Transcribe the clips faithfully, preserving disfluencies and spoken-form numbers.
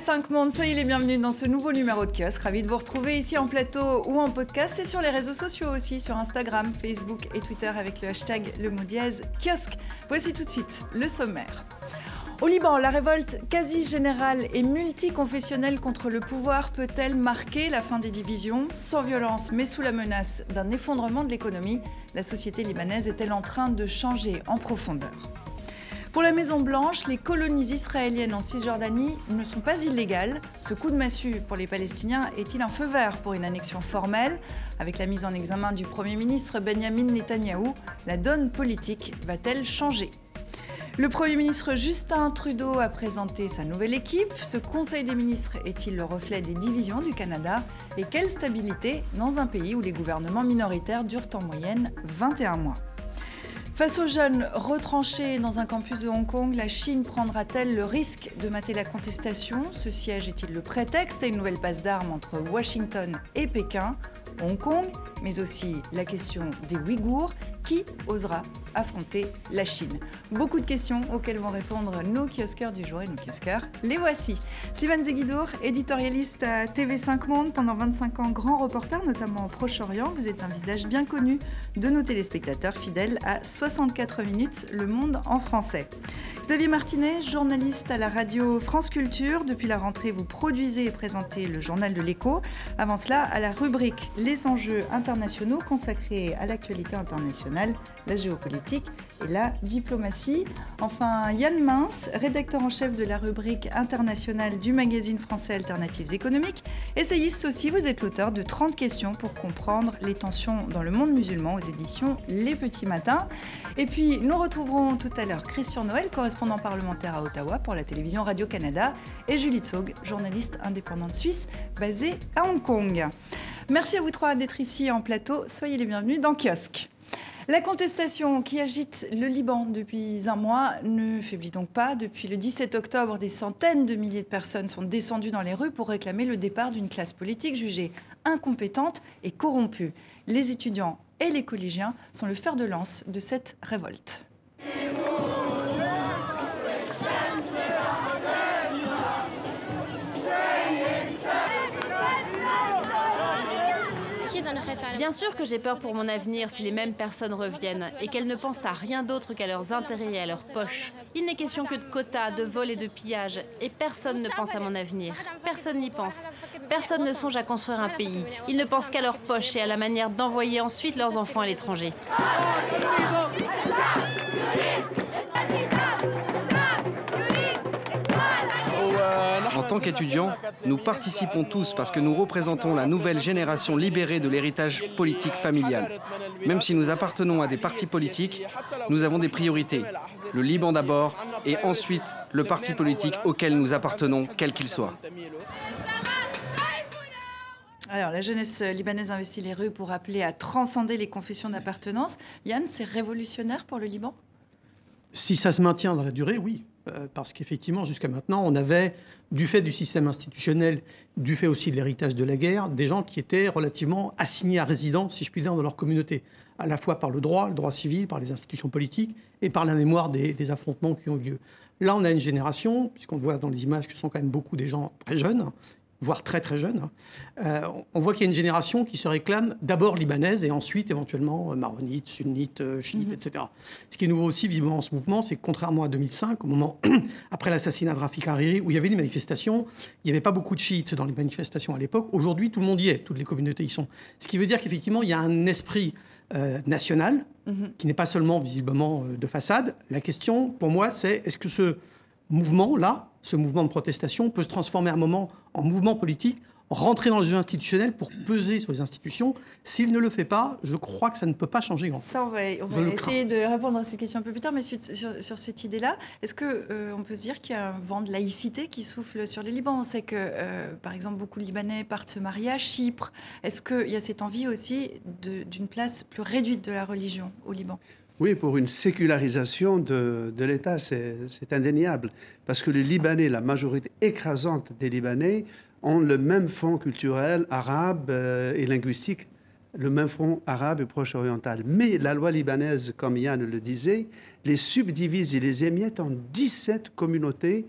cinq Monde, soyez les bienvenus dans ce nouveau numéro de Kiosque. Ravi de vous retrouver ici en plateau ou en podcast et sur les réseaux sociaux aussi, sur Instagram, Facebook et Twitter avec le hashtag le mot dièse Kiosque. Voici tout de suite le sommaire. Au Liban, la révolte quasi générale et multiconfessionnelle contre le pouvoir peut-elle marquer la fin des divisions ? Sans violence, mais sous la menace d'un effondrement de l'économie, la société libanaise est-elle en train de changer en profondeur ? Pour la Maison-Blanche, les colonies israéliennes en Cisjordanie ne sont pas illégales. Ce coup de massue pour les Palestiniens est-il un feu vert pour une annexion formelle ? Avec la mise en examen du Premier ministre Benjamin Netanyahou, la donne politique va-t-elle changer ? Le Premier ministre Justin Trudeau a présenté sa nouvelle équipe. Ce Conseil des ministres est-il le reflet des divisions du Canada ? Et quelle stabilité dans un pays où les gouvernements minoritaires durent en moyenne vingt et un mois ? Face aux jeunes retranchés dans un campus de Hong Kong, la Chine prendra-t-elle le risque de mater la contestation ? Ce siège est-il le prétexte à une nouvelle passe d'armes entre Washington et Pékin ? Hong Kong, mais aussi la question des Ouïghours. Qui osera affronter la Chine ? Beaucoup de questions auxquelles vont répondre nos kiosqueurs du jour et nos kiosqueurs. Les voici. Sylvain Zeguidour, éditorialiste à T V cinq Monde, pendant vingt-cinq ans grand reporter, notamment au Proche-Orient. Vous êtes un visage bien connu de nos téléspectateurs fidèles à soixante-quatre minutes, Le Monde en français. Xavier Martinet, journaliste à la radio France Culture. Depuis la rentrée, vous produisez et présentez le journal de l'Écho. Avant cela, à la rubrique Les enjeux internationaux consacrée à l'actualité internationale, la géopolitique et la diplomatie. Enfin, Yann Mince, rédacteur en chef de la rubrique internationale du magazine français Alternatives économiques. Essayiste aussi, vous êtes l'auteur de trente questions pour comprendre les tensions dans le monde musulman aux éditions Les Petits Matins. Et puis, nous retrouverons tout à l'heure Christian Noël, correspondant parlementaire à Ottawa pour la télévision Radio-Canada, et Julie Tsog, journaliste indépendante suisse basée à Hong Kong. Merci à vous trois d'être ici en plateau. Soyez les bienvenus dans Kiosque. La contestation qui agite le Liban depuis un mois ne faiblit donc pas. Depuis le dix-sept octobre, des centaines de milliers de personnes sont descendues dans les rues pour réclamer le départ d'une classe politique jugée incompétente et corrompue. Les étudiants et les collégiens sont le fer de lance de cette révolte. Bien sûr que j'ai peur pour mon avenir si les mêmes personnes reviennent et qu'elles ne pensent à rien d'autre qu'à leurs intérêts et à leurs poches. Il n'est question que de quotas, de vols et de pillages, et personne ne pense à mon avenir. Personne n'y pense. Personne ne songe à construire un pays. Ils ne pensent qu'à leurs poches et à la manière d'envoyer ensuite leurs enfants à l'étranger. En tant qu'étudiants, nous participons tous parce que nous représentons la nouvelle génération libérée de l'héritage politique familial. Même si nous appartenons à des partis politiques, nous avons des priorités. Le Liban d'abord et ensuite le parti politique auquel nous appartenons, quel qu'il soit. Alors, la jeunesse libanaise investit les rues pour appeler à transcender les confessions d'appartenance. Yann, c'est révolutionnaire pour le Liban ? Si ça se maintient dans la durée, oui. Euh, parce qu'effectivement, jusqu'à maintenant, on avait, du fait du système institutionnel, du fait aussi de l'héritage de la guerre, des gens qui étaient relativement assignés à résidence, si je puis dire, dans leur communauté, à la fois par le droit, le droit civil, par les institutions politiques et par la mémoire des, des affrontements qui ont eu lieu. Là, on a une génération, puisqu'on voit dans les images que ce sont quand même beaucoup des gens très jeunes, voire très très jeunes, euh, on voit qu'il y a une génération qui se réclame d'abord libanaise et ensuite éventuellement euh, maronite, sunnite, euh, chiite, mm-hmm. et cetera. Ce qui est nouveau aussi visiblement en ce mouvement, c'est que contrairement à deux mille cinq, au moment après l'assassinat de Rafik Hariri, où il y avait des manifestations, il n'y avait pas beaucoup de chiites dans les manifestations à l'époque. Aujourd'hui, tout le monde y est, toutes les communautés y sont. Ce qui veut dire qu'effectivement, il y a un esprit euh, national mm-hmm. qui n'est pas seulement visiblement euh, de façade. La question, pour moi, c'est est-ce que ce mouvement-là, ce mouvement de protestation peut se transformer à un moment en mouvement politique, rentrer dans le jeu institutionnel pour peser sur les institutions. S'il ne le fait pas, je crois que ça ne peut pas changer grand-chose. Ça, on va, on va essayer de répondre à ces questions un peu plus tard, mais sur, sur, sur cette idée-là, est-ce qu'on euh, peut se dire qu'il y a un vent de laïcité qui souffle sur le Liban ? On sait que, euh, par exemple, beaucoup de Libanais partent se marier à Chypre. Est-ce qu'il y a cette envie aussi de, d'une place plus réduite de la religion au Liban ? Oui, pour une sécularisation de, de l'État, c'est, c'est indéniable. Parce que les Libanais, la majorité écrasante des Libanais, ont le même fond culturel arabe euh, et linguistique, le même fond arabe et proche-oriental. Mais la loi libanaise, comme Yann le disait, les subdivise et les émiette en dix-sept communautés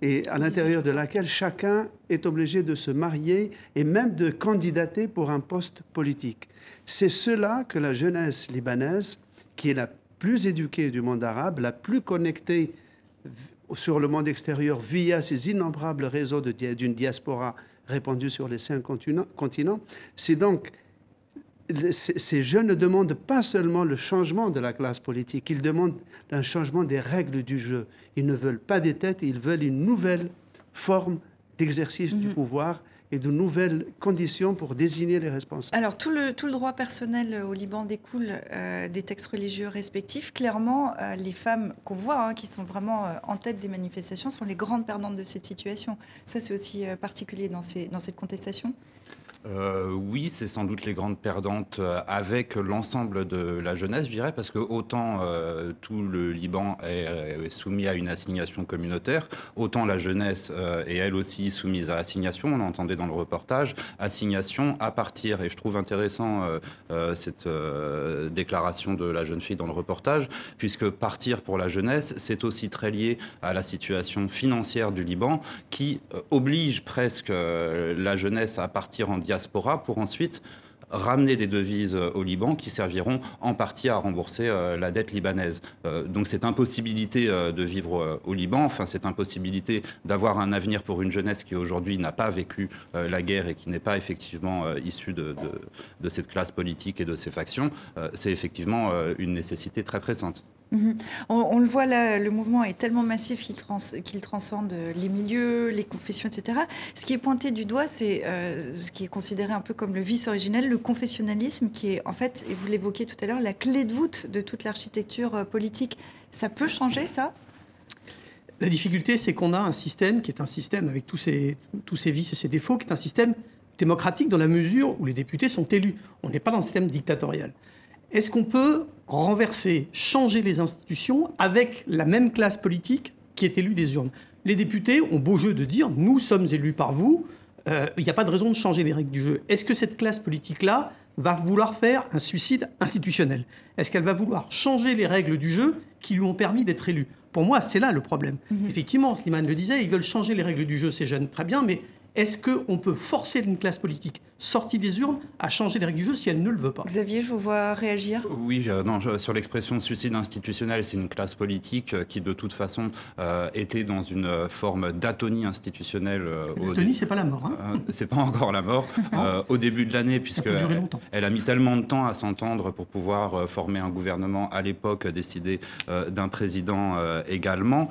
et à l'intérieur de laquelle chacun est obligé de se marier et même de candidater pour un poste politique. C'est cela que la jeunesse libanaise, qui est la plus éduquée du monde arabe, la plus connectée sur le monde extérieur via ces innombrables réseaux de, d'une diaspora répandue sur les cinq continents, c'est donc ces jeunes ne demandent pas seulement le changement de la classe politique, ils demandent un changement des règles du jeu. Ils ne veulent pas des têtes, ils veulent une nouvelle forme d'exercice mmh. du pouvoir et de nouvelles conditions pour désigner les responsables. Alors, tout le, tout le droit personnel au Liban découle euh, des textes religieux respectifs. Clairement, euh, les femmes qu'on voit, hein, qui sont vraiment euh, en tête des manifestations, sont les grandes perdantes de cette situation. Ça, c'est aussi euh, particulier dans, ces, dans cette contestation. Euh, oui, c'est sans doute les grandes perdantes euh, avec l'ensemble de la jeunesse, je dirais, parce que autant euh, tout le Liban est, est soumis à une assignation communautaire, autant la jeunesse euh, est elle aussi soumise à assignation, on l'entendait dans le reportage, assignation à partir, et je trouve intéressant euh, euh, cette euh, déclaration de la jeune fille dans le reportage, puisque partir pour la jeunesse, c'est aussi très lié à la situation financière du Liban, qui euh, oblige presque euh, la jeunesse à partir en diaspora pour ensuite ramener des devises au Liban qui serviront en partie à rembourser euh, la dette libanaise. Euh, donc cette impossibilité euh, de vivre euh, au Liban, enfin cette impossibilité d'avoir un avenir pour une jeunesse qui aujourd'hui n'a pas vécu euh, la guerre et qui n'est pas effectivement euh, issue de, de, de cette classe politique et de ces factions, euh, c'est effectivement euh, une nécessité très pressante. Mmh. On, on le voit là, le mouvement est tellement massif qu'il, trans, qu'il transcende les milieux, les confessions, et cetera. Ce qui est pointé du doigt, c'est euh, ce qui est considéré un peu comme le vice originel, le confessionnalisme, qui est en fait, et vous l'évoquiez tout à l'heure, la clé de voûte de toute l'architecture euh, politique. Ça peut changer, ça ? La difficulté, c'est qu'on a un système qui est un système avec tous ses, tous ses vices et ses défauts, qui est un système démocratique dans la mesure où les députés sont élus. On n'est pas dans un système dictatorial. Est-ce qu'on peut renverser, changer les institutions avec la même classe politique qui est élue des urnes ? Les députés ont beau jeu de dire « nous sommes élus par vous euh, », il n'y a pas de raison de changer les règles du jeu. Est-ce que cette classe politique-là va vouloir faire un suicide institutionnel ? Est-ce qu'elle va vouloir changer les règles du jeu qui lui ont permis d'être élue ? Pour moi, c'est là le problème. Mmh. Effectivement, Slimane le disait, ils veulent changer les règles du jeu, ces jeunes, très bien, mais est-ce qu'on peut forcer une classe politique sortie des urnes à changer les règles du jeu si elle ne le veut pas ? Xavier, je vous vois réagir. Oui, euh, non, je, sur l'expression suicide institutionnel, c'est une classe politique euh, qui, de toute façon, euh, était dans une euh, forme d'atonie institutionnelle. Euh, L'atonie, dé... c'est pas la mort. Hein euh, c'est pas encore la mort. euh, au début de l'année, puisque elle, elle a mis tellement de temps à s'entendre pour pouvoir euh, former un gouvernement à l'époque, décider euh, d'un président euh, également.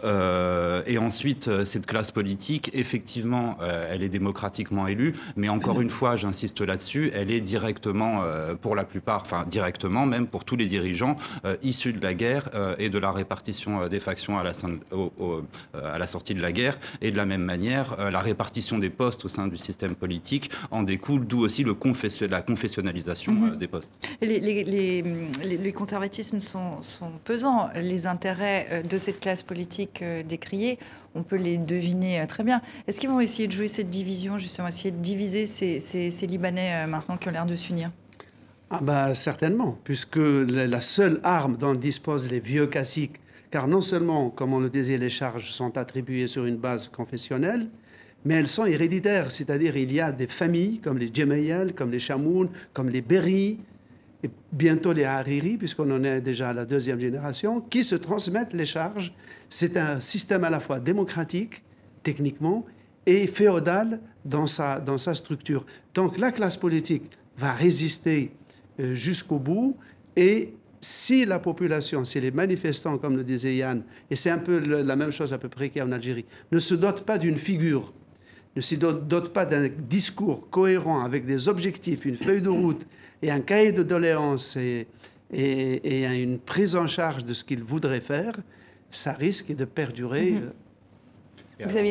Euh, et ensuite, euh, cette classe politique, effectivement, euh, elle est démocratiquement élue, mais encore une fois, j'insiste là-dessus, elle est directement, euh, pour la plupart, enfin directement même pour tous les dirigeants euh, issus de la guerre euh, et de la répartition euh, des factions à la, au, au, euh, à la sortie de la guerre. Et de la même manière, euh, la répartition des postes au sein du système politique en découle, d'où aussi le confession, la confessionnalisation mmh. euh, des postes. Et les, les, les, les, les conservatismes sont, sont pesants. Les intérêts de cette classe politique euh, décriée, on peut les deviner très bien. Est-ce qu'ils vont essayer de jouer cette division, justement, essayer de diviser ces, ces, ces Libanais euh, maintenant qui ont l'air de s'unir ? Ah bah, certainement, puisque la seule arme dont disposent les vieux caciques, car non seulement, comme on le disait, les charges sont attribuées sur une base confessionnelle, mais elles sont héréditaires, c'est-à-dire il y a des familles comme les Djemayel, comme les Chamoun, comme les Berri, et bientôt les Hariri, puisqu'on en est déjà à la deuxième génération, qui se transmettent les charges. C'est un système à la fois démocratique, techniquement, et féodal dans sa, dans sa structure. Donc la classe politique va résister euh, jusqu'au bout, et si la population, si les manifestants, comme le disait Yann, et c'est un peu le, la même chose à peu près qu'en Algérie, ne se dotent pas d'une figure, ne se dotent pas d'un discours cohérent avec des objectifs, une feuille de route et un cahier de doléances et, et, et une prise en charge de ce qu'ils voudraient faire, ça risque de perdurer. Mmh. Xavier ?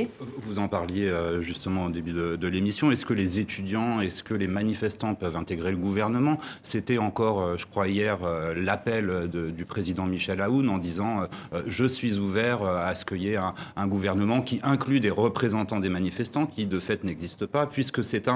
Vous en parliez justement au début de, de l'émission. Est-ce que les étudiants, est-ce que les manifestants peuvent intégrer le gouvernement ? C'était encore, je crois, hier, l'appel de, du président Michel Aoun en disant « Je suis ouvert à ce qu'il y ait un, un gouvernement qui inclut des représentants des manifestants, qui de fait n'existent pas, puisque c'est un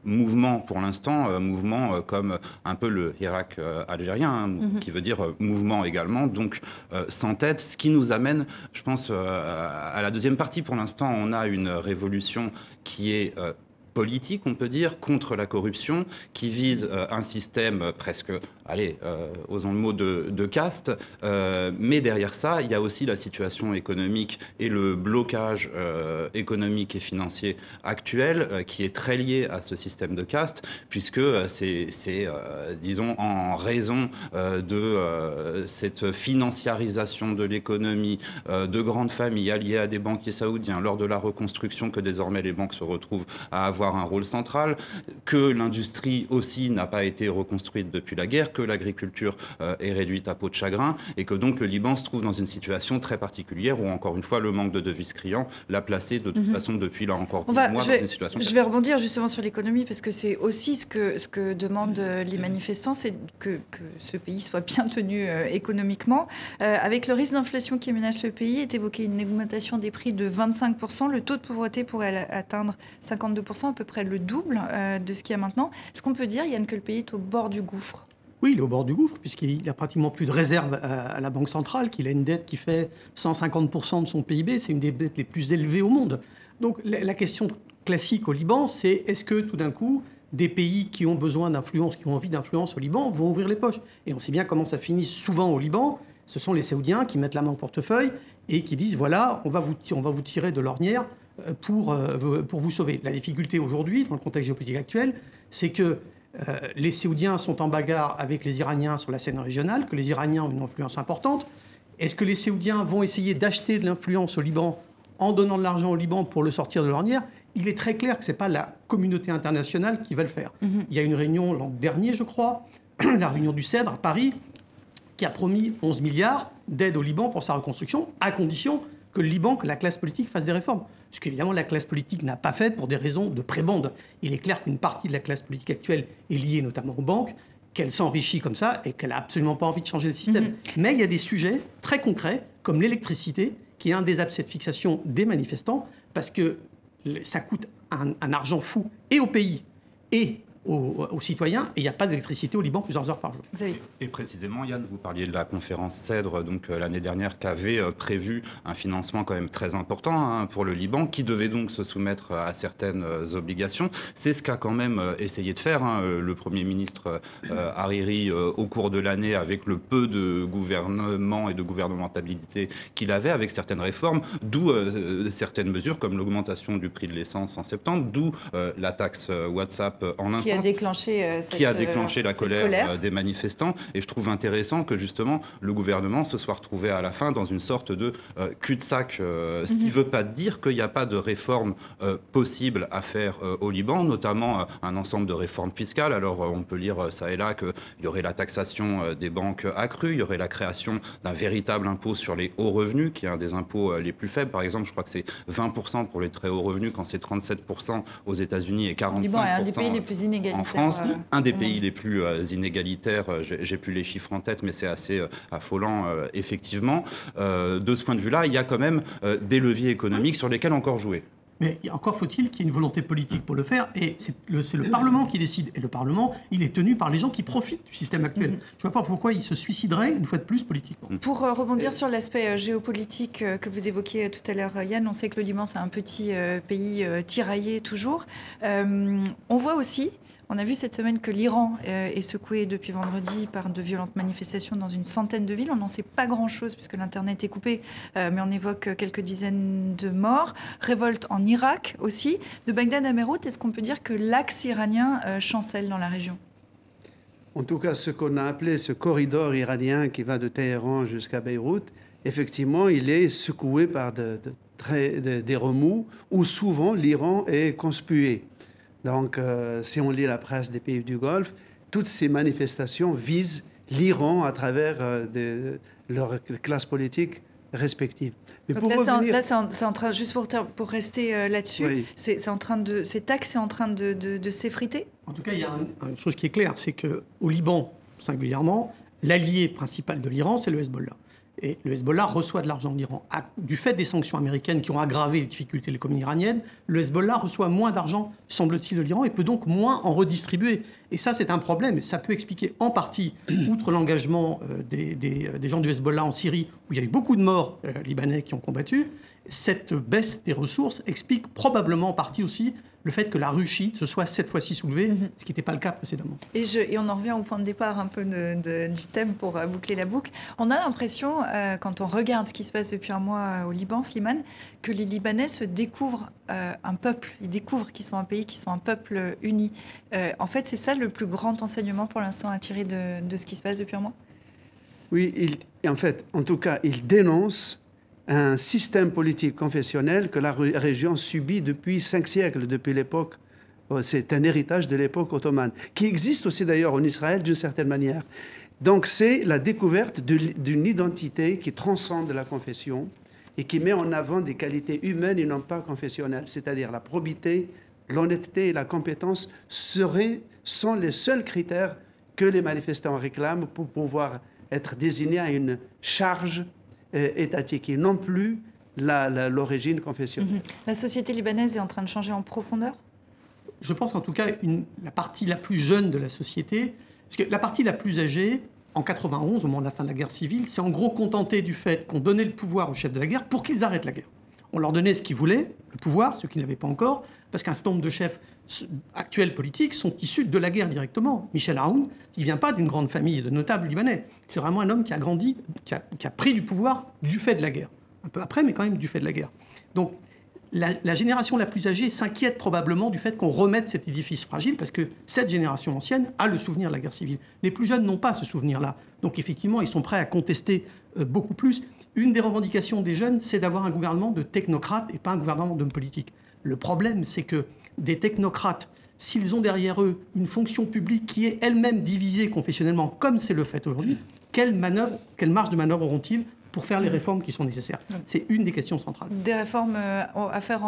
mouvement pour l'instant, euh, mouvement euh, comme un peu le Hirak euh, algérien, hein, mm-hmm. qui veut dire euh, mouvement également, donc euh, sans tête, ce qui nous amène, je pense, euh, à la deuxième partie. Pour l'instant, on a une révolution qui est euh, politique, on peut dire, contre la corruption, qui vise euh, un système euh, presque, allez, euh, osons le mot, de, de caste. Euh, mais derrière ça, il y a aussi la situation économique et le blocage euh, économique et financier actuel euh, qui est très lié à ce système de caste, puisque euh, c'est, c'est euh, disons, en raison euh, de euh, cette financiarisation de l'économie euh, de grandes familles alliées à des banquiers saoudiens lors de la reconstruction que désormais les banques se retrouvent à avoir un rôle central, que l'industrie aussi n'a pas été reconstruite depuis la guerre, que l'agriculture euh, est réduite à peau de chagrin, et que donc le Liban se trouve dans une situation très particulière où, encore une fois, le manque de devises criant l'a placé de toute mm-hmm. façon depuis là encore On va, mois je vais, dans une situation... Je vais rebondir justement sur l'économie, parce que c'est aussi ce que, ce que demandent les manifestants, c'est que, que ce pays soit bien tenu euh, économiquement. Euh, avec le risque d'inflation qui menace le pays, est évoqué une augmentation des prix de vingt-cinq pour cent. Le taux de pauvreté pourrait atteindre cinquante-deux pour cent, à peu près le double euh, de ce qu'il y a maintenant. Est-ce qu'on peut dire, Yann, que le pays est au bord du gouffre ? Oui, il est au bord du gouffre, puisqu'il n'a pratiquement plus de réserves à, à la Banque centrale, qu'il a une dette qui fait cent cinquante pour cent de son P I B. C'est une des dettes les plus élevées au monde. Donc la, la question classique au Liban, c'est est-ce que tout d'un coup, des pays qui ont besoin d'influence, qui ont envie d'influence au Liban, vont ouvrir les poches ? Et on sait bien comment ça finit souvent au Liban. Ce sont les Saoudiens qui mettent la main au portefeuille et qui disent, voilà, on va vous, on va vous tirer de l'ornière pour, pour vous sauver. La difficulté aujourd'hui, dans le contexte géopolitique actuel, c'est que euh, les Saoudiens sont en bagarre avec les Iraniens sur la scène régionale, que les Iraniens ont une influence importante. Est-ce que les Saoudiens vont essayer d'acheter de l'influence au Liban en donnant de l'argent au Liban pour le sortir de l'ornière ? Il est très clair que ce n'est pas la communauté internationale qui va le faire. Mm-hmm. Il y a une réunion l'an dernier, je crois, la réunion du CEDRE à Paris, qui a promis onze milliards d'aide au Liban pour sa reconstruction, à condition que le Liban, que la classe politique fasse des réformes. Ce qu'évidemment la classe politique n'a pas fait pour des raisons de prébande. Il est clair qu'une partie de la classe politique actuelle est liée notamment aux banques, qu'elle s'enrichit comme ça et qu'elle n'a absolument pas envie de changer le système. Mmh. Mais il y a des sujets très concrets, comme l'électricité, qui est un des abcès de fixation des manifestants, parce que ça coûte un, un argent fou et au pays et Aux, aux citoyens, et il n'y a pas d'électricité au Liban plusieurs heures par jour. Et, et précisément, Yann, vous parliez de la conférence CEDRE, donc euh, l'année dernière, qui avait euh, prévu un financement quand même très important hein, pour le Liban, qui devait donc se soumettre à certaines euh, obligations. C'est ce qu'a quand même euh, essayé de faire hein, le Premier ministre euh, Hariri euh, au cours de l'année, avec le peu de gouvernement et de gouvernementabilité qu'il avait, avec certaines réformes, d'où euh, certaines mesures, comme l'augmentation du prix de l'essence en septembre, d'où euh, la taxe WhatsApp en un Qui a déclenché, euh, cette, qui a déclenché la colère, colère des manifestants. Et je trouve intéressant que justement le gouvernement se soit retrouvé à la fin dans une sorte de euh, cul-de-sac, euh, mm-hmm. ce qui ne veut pas dire qu'il n'y a pas de réforme euh, possible à faire euh, au Liban, notamment euh, un ensemble de réformes fiscales. Alors euh, on peut lire euh, ça et là qu'il y aurait la taxation euh, des banques accrue, il y aurait la création d'un véritable impôt sur les hauts revenus, qui est un des impôts euh, les plus faibles. Par exemple, je crois que c'est vingt pour cent pour les très hauts revenus, quand c'est trente-sept pour cent aux États-Unis et quarante-cinq pour cent. Le Liban est un des pays les plus inégalitaires en France, euh, un des pays les plus euh, inégalitaires, j'ai, j'ai plus les chiffres en tête, mais c'est assez euh, affolant, euh, effectivement. Euh, de ce point de vue-là, il y a quand même euh, des leviers économiques sur lesquels encore jouer. Mais encore faut-il qu'il y ait une volonté politique pour le faire, et c'est le, c'est le Parlement qui décide. Et le Parlement, il est tenu par les gens qui profitent du système actuel. Mm-hmm. Je ne vois pas pourquoi il se suiciderait, une fois de plus, politiquement. Pour euh, rebondir sur l'aspect euh, géopolitique euh, que vous évoquiez tout à l'heure, Yann, on sait que le Liban, c'est un petit euh, pays euh, tiraillé toujours. Euh, on voit aussi... On a vu cette semaine que l'Iran est secoué depuis vendredi par de violentes manifestations dans une centaine de villes. On n'en sait pas grand-chose puisque l'Internet est coupé, mais on évoque quelques dizaines de morts. Révolte en Irak aussi. De Bagdad à Beyrouth, est-ce qu'on peut dire que l'axe iranien chancelle dans la région ? En tout cas, ce qu'on a appelé ce corridor iranien qui va de Téhéran jusqu'à Beyrouth, effectivement, il est secoué par de, de, très, de, des remous où souvent l'Iran est conspué. Donc, euh, si on lit la presse des pays du Golfe, toutes ces manifestations visent l'Iran à travers euh, de, leurs classes politiques respectives. Mais donc pour là, revenir... c'est en, là c'est, en, c'est en train, juste pour, pour rester euh, là-dessus, oui. c'est, c'est en train de, cet axe est en train de, de, de s'effriter. En tout cas, il y a un, une chose qui est claire, c'est qu'au Liban, singulièrement, l'allié principal de l'Iran, c'est le Hezbollah. Et le Hezbollah reçoit de l'argent de l'Iran. À- Du fait des sanctions américaines qui ont aggravé les difficultés de l'économie iranienne, le Hezbollah reçoit moins d'argent, semble-t-il, de l'Iran et peut donc moins en redistribuer. Et ça, c'est un problème. Et ça peut expliquer en partie, outre l'engagement euh, des, des, des gens du Hezbollah en Syrie, où il y a eu beaucoup de morts euh, libanais qui ont combattu, cette baisse des ressources explique probablement en partie aussi le fait que la rue chiite se soit cette fois-ci soulevée, Mhm. ce qui n'était pas le cas précédemment. Et, je, et on en revient au point de départ un peu de- de- du thème pour euh, boucler la boucle. On a l'impression, euh, quand on regarde ce qui se passe depuis un mois euh, au Liban, Slimane, que les Libanais se découvrent euh, un peuple. Ils découvrent qu'ils sont un pays, qu'ils sont un peuple uni. Euh, en fait, c'est ça le plus grand enseignement pour l'instant à tirer de, de ce qui se passe depuis un mois. Oui, il, et en fait, en tout cas, il dénonce un système politique confessionnel que la ré- région subit depuis cinq siècles, depuis l'époque. euh, C'est un héritage de l'époque ottomane, qui existe aussi d'ailleurs en Israël d'une certaine manière. Donc c'est la découverte de l- d'une identité qui transcende la confession et qui met en avant des qualités humaines et non pas confessionnelles, c'est-à-dire la probité, l'honnêteté et la compétence seraient, sont les seuls critères que les manifestants réclament pour pouvoir être désignés à une charge euh, étatique et non plus la- la- l'origine confessionnelle. La société libanaise est en train de changer en profondeur. Je pense qu'en tout cas, une- la partie la plus jeune de la société, parce que la partie la plus âgée, en quatre-vingt-onze, au moment de la fin de la guerre civile, c'est en gros contenté du fait qu'on donnait le pouvoir aux chefs de la guerre pour qu'ils arrêtent la guerre. On leur donnait ce qu'ils voulaient, le pouvoir, ceux qui ne l'avaient pas encore, parce qu'un certain nombre de chefs s- actuels politiques sont issus de la guerre directement. Michel Aoun, il ne vient pas d'une grande famille de notables libanais. C'est vraiment un homme qui a grandi, qui a, qui a pris du pouvoir du fait de la guerre. Un peu après, mais quand même du fait de la guerre. Donc, la, la génération la plus âgée s'inquiète probablement du fait qu'on remette cet édifice fragile, parce que cette génération ancienne a le souvenir de la guerre civile. Les plus jeunes n'ont pas ce souvenir-là. Donc effectivement, ils sont prêts à contester euh, beaucoup plus. Une des revendications des jeunes, c'est d'avoir un gouvernement de technocrates et pas un gouvernement d'hommes politiques. Le problème, c'est que des technocrates, s'ils ont derrière eux une fonction publique qui est elle-même divisée confessionnellement, comme c'est le fait aujourd'hui, quelle manœuvre, quelle marge de manœuvre auront-ils pour faire les réformes qui sont nécessaires? C'est une des questions centrales. Des réformes euh, à faire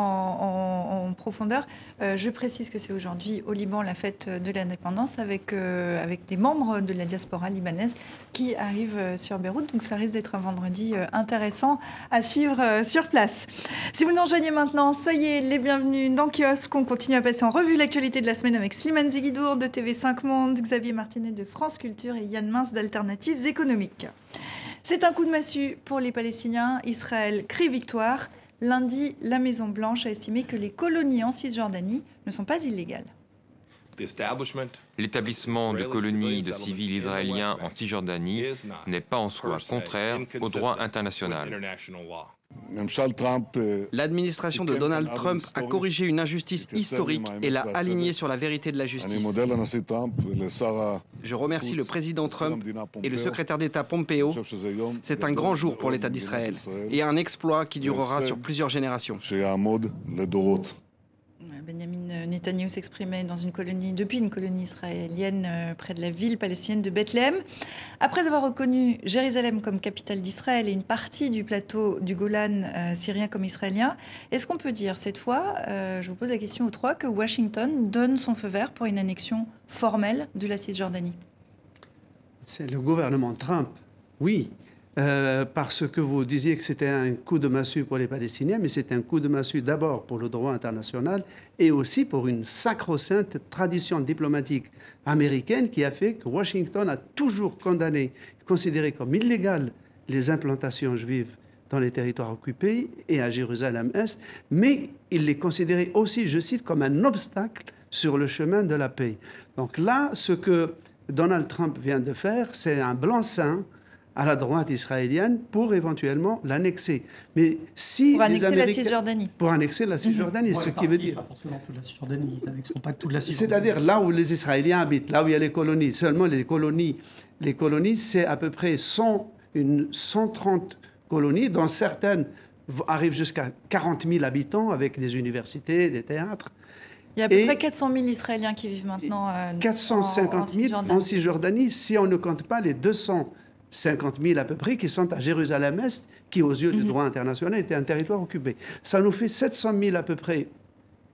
en, en- en profondeur. Euh, je précise que c'est aujourd'hui au Liban la fête de l'indépendance avec, euh, avec des membres de la diaspora libanaise qui arrivent euh, sur Beyrouth. Donc ça risque d'être un vendredi euh, intéressant à suivre euh, sur place. Si vous nous rejoignez maintenant, soyez les bienvenus dans Kiosque. On continue à passer en revue l'actualité de la semaine avec Slimane Zeguidour de T V cinq Monde, Xavier Martinet de France Culture et Yann Mince d'Alternatives économiques. C'est un coup de massue pour les Palestiniens. Israël crie victoire. Lundi, la Maison-Blanche a estimé que les colonies en Cisjordanie ne sont pas illégales. L'établissement de colonies de civils israéliens en Cisjordanie n'est pas en soi contraire au droit international. L'administration de Donald Trump a corrigé une injustice historique et l'a alignée sur la vérité de la justice. Je remercie le président Trump et le secrétaire d'État Pompeo. C'est un grand jour pour l'État d'Israël et un exploit qui durera sur plusieurs générations. Benjamin Netanyahou s'exprimait dans une colonie, depuis une colonie israélienne euh, près de la ville palestinienne de Bethléem. Après avoir reconnu Jérusalem comme capitale d'Israël et une partie du plateau du Golan euh, syrien comme israélien, est-ce qu'on peut dire cette fois, euh, je vous pose la question aux trois, que Washington donne son feu vert pour une annexion formelle de la Cisjordanie? C'est le gouvernement Trump, oui. Euh, parce que vous disiez que c'était un coup de massue pour les Palestiniens, mais c'est un coup de massue d'abord pour le droit international et aussi pour une sacro-sainte tradition diplomatique américaine qui a fait que Washington a toujours condamné, considéré comme illégales les implantations juives dans les territoires occupés et à Jérusalem-Est, mais il les considérait aussi, je cite, comme un obstacle sur le chemin de la paix. Donc là, ce que Donald Trump vient de faire, c'est un blanc-seing à la droite israélienne pour éventuellement l'annexer. Mais si Pour les annexer Américains... la Cisjordanie. Pour annexer la Cisjordanie, Mmh. ce Ouais, qui veut partie, dire... Pas forcément toute la Cisjordanie, ils n'annexeront pas toute la Cisjordanie. C'est-à-dire là où les Israéliens habitent, là où il y a les colonies. Seulement les colonies, les colonies, c'est à peu près cent, une, cent trente colonies, dont certaines v- arrivent jusqu'à quarante mille habitants avec des universités, des théâtres. Il y a à peu Et près quatre cent mille Israéliens qui vivent maintenant euh, quatre cent cinquante mille en, en en Cisjordanie. Cisjordanie, si on ne compte pas les deux cent cinquante mille à peu près qui sont à Jérusalem-Est, qui aux yeux du droit international était un territoire occupé. Ça nous fait sept cent mille à peu près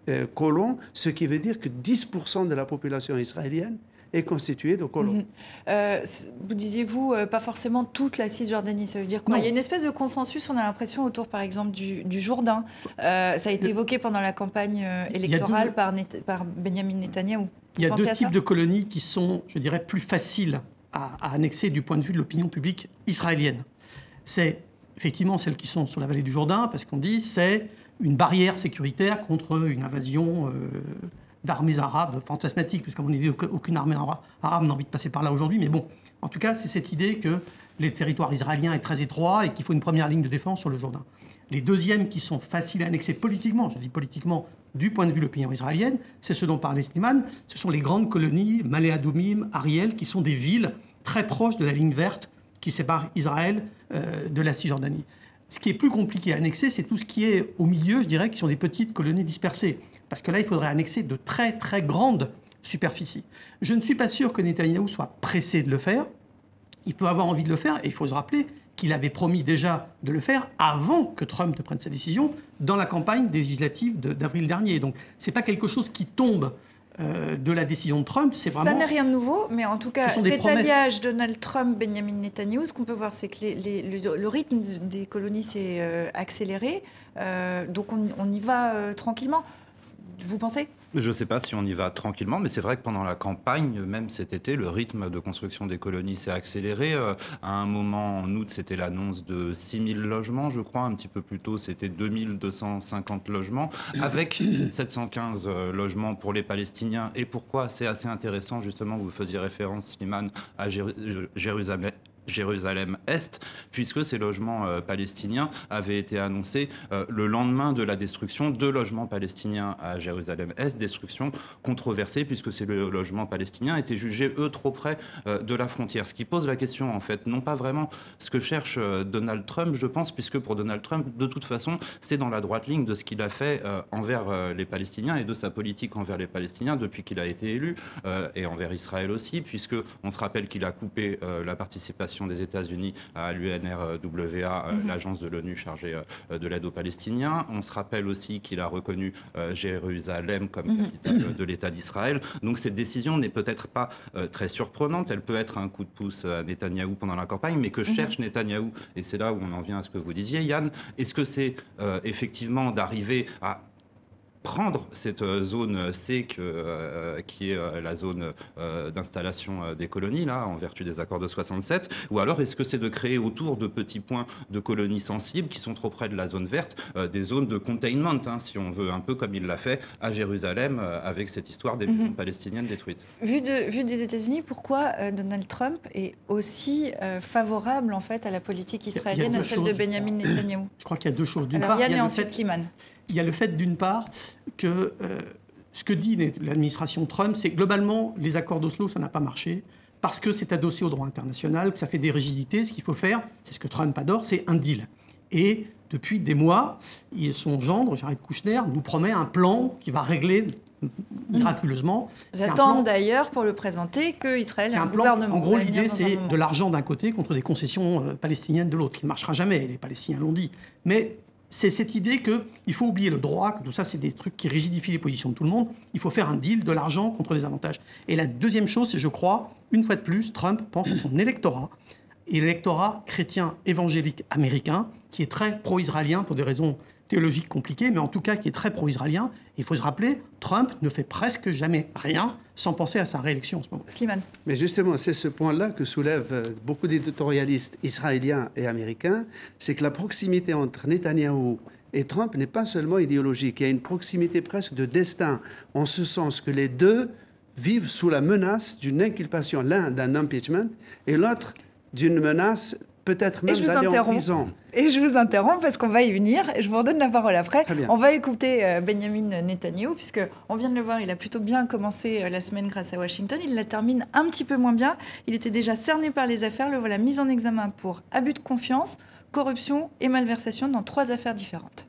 euh, colons, ce qui veut dire que dix pour cent de la population israélienne est constituée de colons. Mmh. Euh, vous disiez-vous, euh, pas forcément toute la Cisjordanie, ça veut dire quoi? Non. Il y a une espèce de consensus, on a l'impression, autour, par exemple, du, du Jourdain. Euh, ça a été évoqué pendant la campagne euh, électorale deux... par, Net... par Benjamin Netanyahou. Il y a deux types de colonies qui sont, je dirais, plus faciles à, à annexer du point de vue de l'opinion publique israélienne. C'est effectivement celles qui sont sur la vallée du Jourdain, parce qu'on dit c'est une barrière sécuritaire contre une invasion... Euh, d'armées arabes fantasmatiques, parce qu'à mon avis, aucune armée arabe n'a envie de passer par là aujourd'hui. Mais bon, en tout cas, c'est cette idée que le territoire israélien est très étroit et qu'il faut une première ligne de défense sur le Jourdain. Les deuxièmes qui sont faciles à annexer politiquement, je dis politiquement, du point de vue de l'opinion israélienne, c'est ce dont parlait Slimane, ce sont les grandes colonies, Malé Adoumim, Ariel, qui sont des villes très proches de la ligne verte qui sépare Israël euh, de la Cisjordanie. Ce qui est plus compliqué à annexer, c'est tout ce qui est au milieu, je dirais, qui sont des petites colonies dispersées. Parce que là, il faudrait annexer de très, très grandes superficies. Je ne suis pas sûr que Netanyahou soit pressé de le faire. Il peut avoir envie de le faire, et il faut se rappeler qu'il avait promis déjà de le faire avant que Trump ne prenne sa décision dans la campagne législative de, d'avril dernier. Donc, ce n'est pas quelque chose qui tombe euh, de la décision de Trump, c'est vraiment... Ça n'est rien de nouveau, mais en tout cas, cet promesses. alliage Donald Trump-Benjamin Netanyahou, ce qu'on peut voir, c'est que les, les, le, le rythme des colonies s'est euh, accéléré, euh, donc on, on y va euh, tranquillement. Vous pensez ? Je ne sais pas si on y va tranquillement, mais c'est vrai que pendant la campagne, même cet été, le rythme de construction des colonies s'est accéléré. Euh, à un moment, en août, c'était l'annonce de six mille logements, je crois. Un petit peu plus tôt, c'était deux mille deux cent cinquante logements, avec sept cent quinze euh, logements pour les Palestiniens. Et pourquoi ? C'est assez intéressant, justement, vous faisiez référence, Slimane, à Jéru- Jérusalem. Jérusalem-Est, puisque ces logements euh, palestiniens avaient été annoncés euh, le lendemain de la destruction de logements palestiniens à Jérusalem-Est, destruction controversée, puisque ces logements palestiniens étaient jugés, eux, trop près euh, de la frontière. Ce qui pose la question, en fait, non pas vraiment ce que cherche euh, Donald Trump, je pense, puisque pour Donald Trump, de toute façon, c'est dans la droite ligne de ce qu'il a fait euh, envers euh, les Palestiniens et de sa politique envers les Palestiniens depuis qu'il a été élu, euh, et envers Israël aussi, puisque on se rappelle qu'il a coupé euh, la participation des États-Unis à l'U N R W A, mm-hmm. l'agence de l'ONU chargée de l'aide aux Palestiniens. On se rappelle aussi qu'il a reconnu Jérusalem comme mm-hmm. capitale de l'État d'Israël. Donc cette décision n'est peut-être pas très surprenante. Elle peut être un coup de pouce à Netanyahou pendant la campagne, mais que cherche mm-hmm. Netanyahou, et c'est là où on en vient à ce que vous disiez, Yann, est-ce que c'est euh, effectivement d'arriver à prendre cette zone C que, euh, qui est euh, la zone euh, d'installation euh, des colonies, là, en vertu des accords de soixante-sept, ou alors est-ce que c'est de créer autour de petits points de colonies sensibles qui sont trop près de la zone verte, euh, des zones de containment, hein, si on veut, un peu comme il l'a fait à Jérusalem euh, avec cette histoire des maisons mm-hmm. palestiniennes détruites. Vu, de, vu des États-Unis, pourquoi euh, Donald Trump est aussi euh, favorable en fait à la politique israélienne, à celle choses, de Benjamin Netanyahou ? Je crois qu'il y a deux choses. D'une alors part, Yann il y a et ensuite fait... Slimane. Il y a le fait, d'une part, que euh, ce que dit l'administration Trump, c'est que globalement, les accords d'Oslo, ça n'a pas marché, parce que c'est adossé au droit international, que ça fait des rigidités. Ce qu'il faut faire, c'est ce que Trump adore, c'est un deal. Et depuis des mois, son gendre, Jared Kushner, nous promet un plan qui va régler miraculeusement. Ils attendent d'ailleurs pour le présenter qu'Israël a un, un plan, gouvernement. En gros, l'idée, c'est de l'argent d'un côté contre des concessions euh, palestiniennes de l'autre, qui ne marchera jamais, les Palestiniens l'ont dit. Mais c'est cette idée qu'il faut oublier le droit, que tout ça, c'est des trucs qui rigidifient les positions de tout le monde. Il faut faire un deal, de l'argent contre des avantages. Et la deuxième chose, c'est, je crois, une fois de plus, Trump pense à son électorat, et l'électorat chrétien évangélique américain, qui est très pro-israélien pour des raisons théologiques compliquées, mais en tout cas qui est très pro-israélien. Il faut se rappeler, Trump ne fait presque jamais rien sans penser à sa réélection en ce moment. Slimane. Mais justement, c'est ce point-là que soulèvent beaucoup d'éditorialistes israéliens et américains, c'est que la proximité entre Netanyahou et Trump n'est pas seulement idéologique, il y a une proximité presque de destin, en ce sens que les deux vivent sous la menace d'une inculpation, l'un d'un impeachment et l'autre d'une menace peut-être même d'aller en prison. Et je vous interromps parce qu'on va y venir. Et je vous redonne la parole après. On va écouter euh, Benjamin Netanyahou, puisqu'on vient de le voir, il a plutôt bien commencé euh, la semaine grâce à Washington. Il la termine un petit peu moins bien. Il était déjà cerné par les affaires. Le voilà mis en examen pour abus de confiance, corruption et malversation dans trois affaires différentes.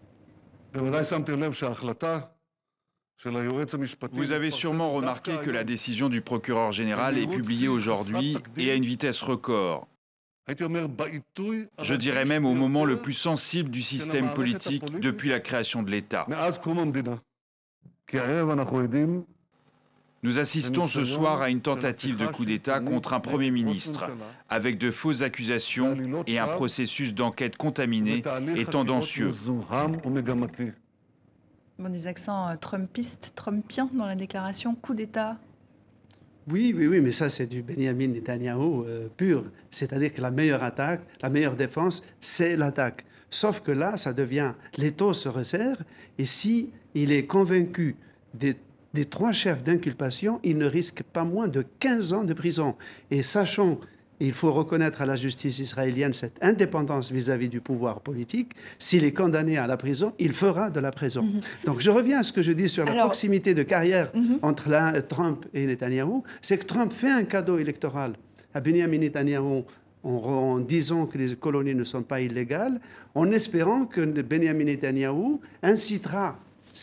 Vous avez sûrement remarqué que la décision du procureur général est publiée aujourd'hui et à une vitesse record. Je dirais même au moment le plus sensible du système politique depuis la création de l'État. Nous assistons ce soir à une tentative de coup d'État contre un Premier ministre, avec de fausses accusations et un processus d'enquête contaminé et tendancieux. Bon, des accents euh, trumpistes, trumpiens dans la déclaration coup d'État. Oui, oui, oui, mais ça, c'est du Benjamin Netanyahou euh, pur. C'est-à-dire que la meilleure attaque, la meilleure défense, c'est l'attaque. Sauf que là, ça devient... L'étau se resserre, et si il est convaincu des, des trois chefs d'inculpation, il ne risque pas moins de quinze ans de prison. Et sachant... Il faut reconnaître à la justice israélienne cette indépendance vis-à-vis du pouvoir politique. S'il est condamné à la prison, il fera de la prison. Mm-hmm. Donc je reviens à ce que je dis sur la Alors, proximité de carrière mm-hmm. entre la, Trump et Netanyahou. C'est que Trump fait un cadeau électoral à Benjamin Netanyahou en, en disant que les colonies ne sont pas illégales, en espérant que Benjamin Netanyahou incitera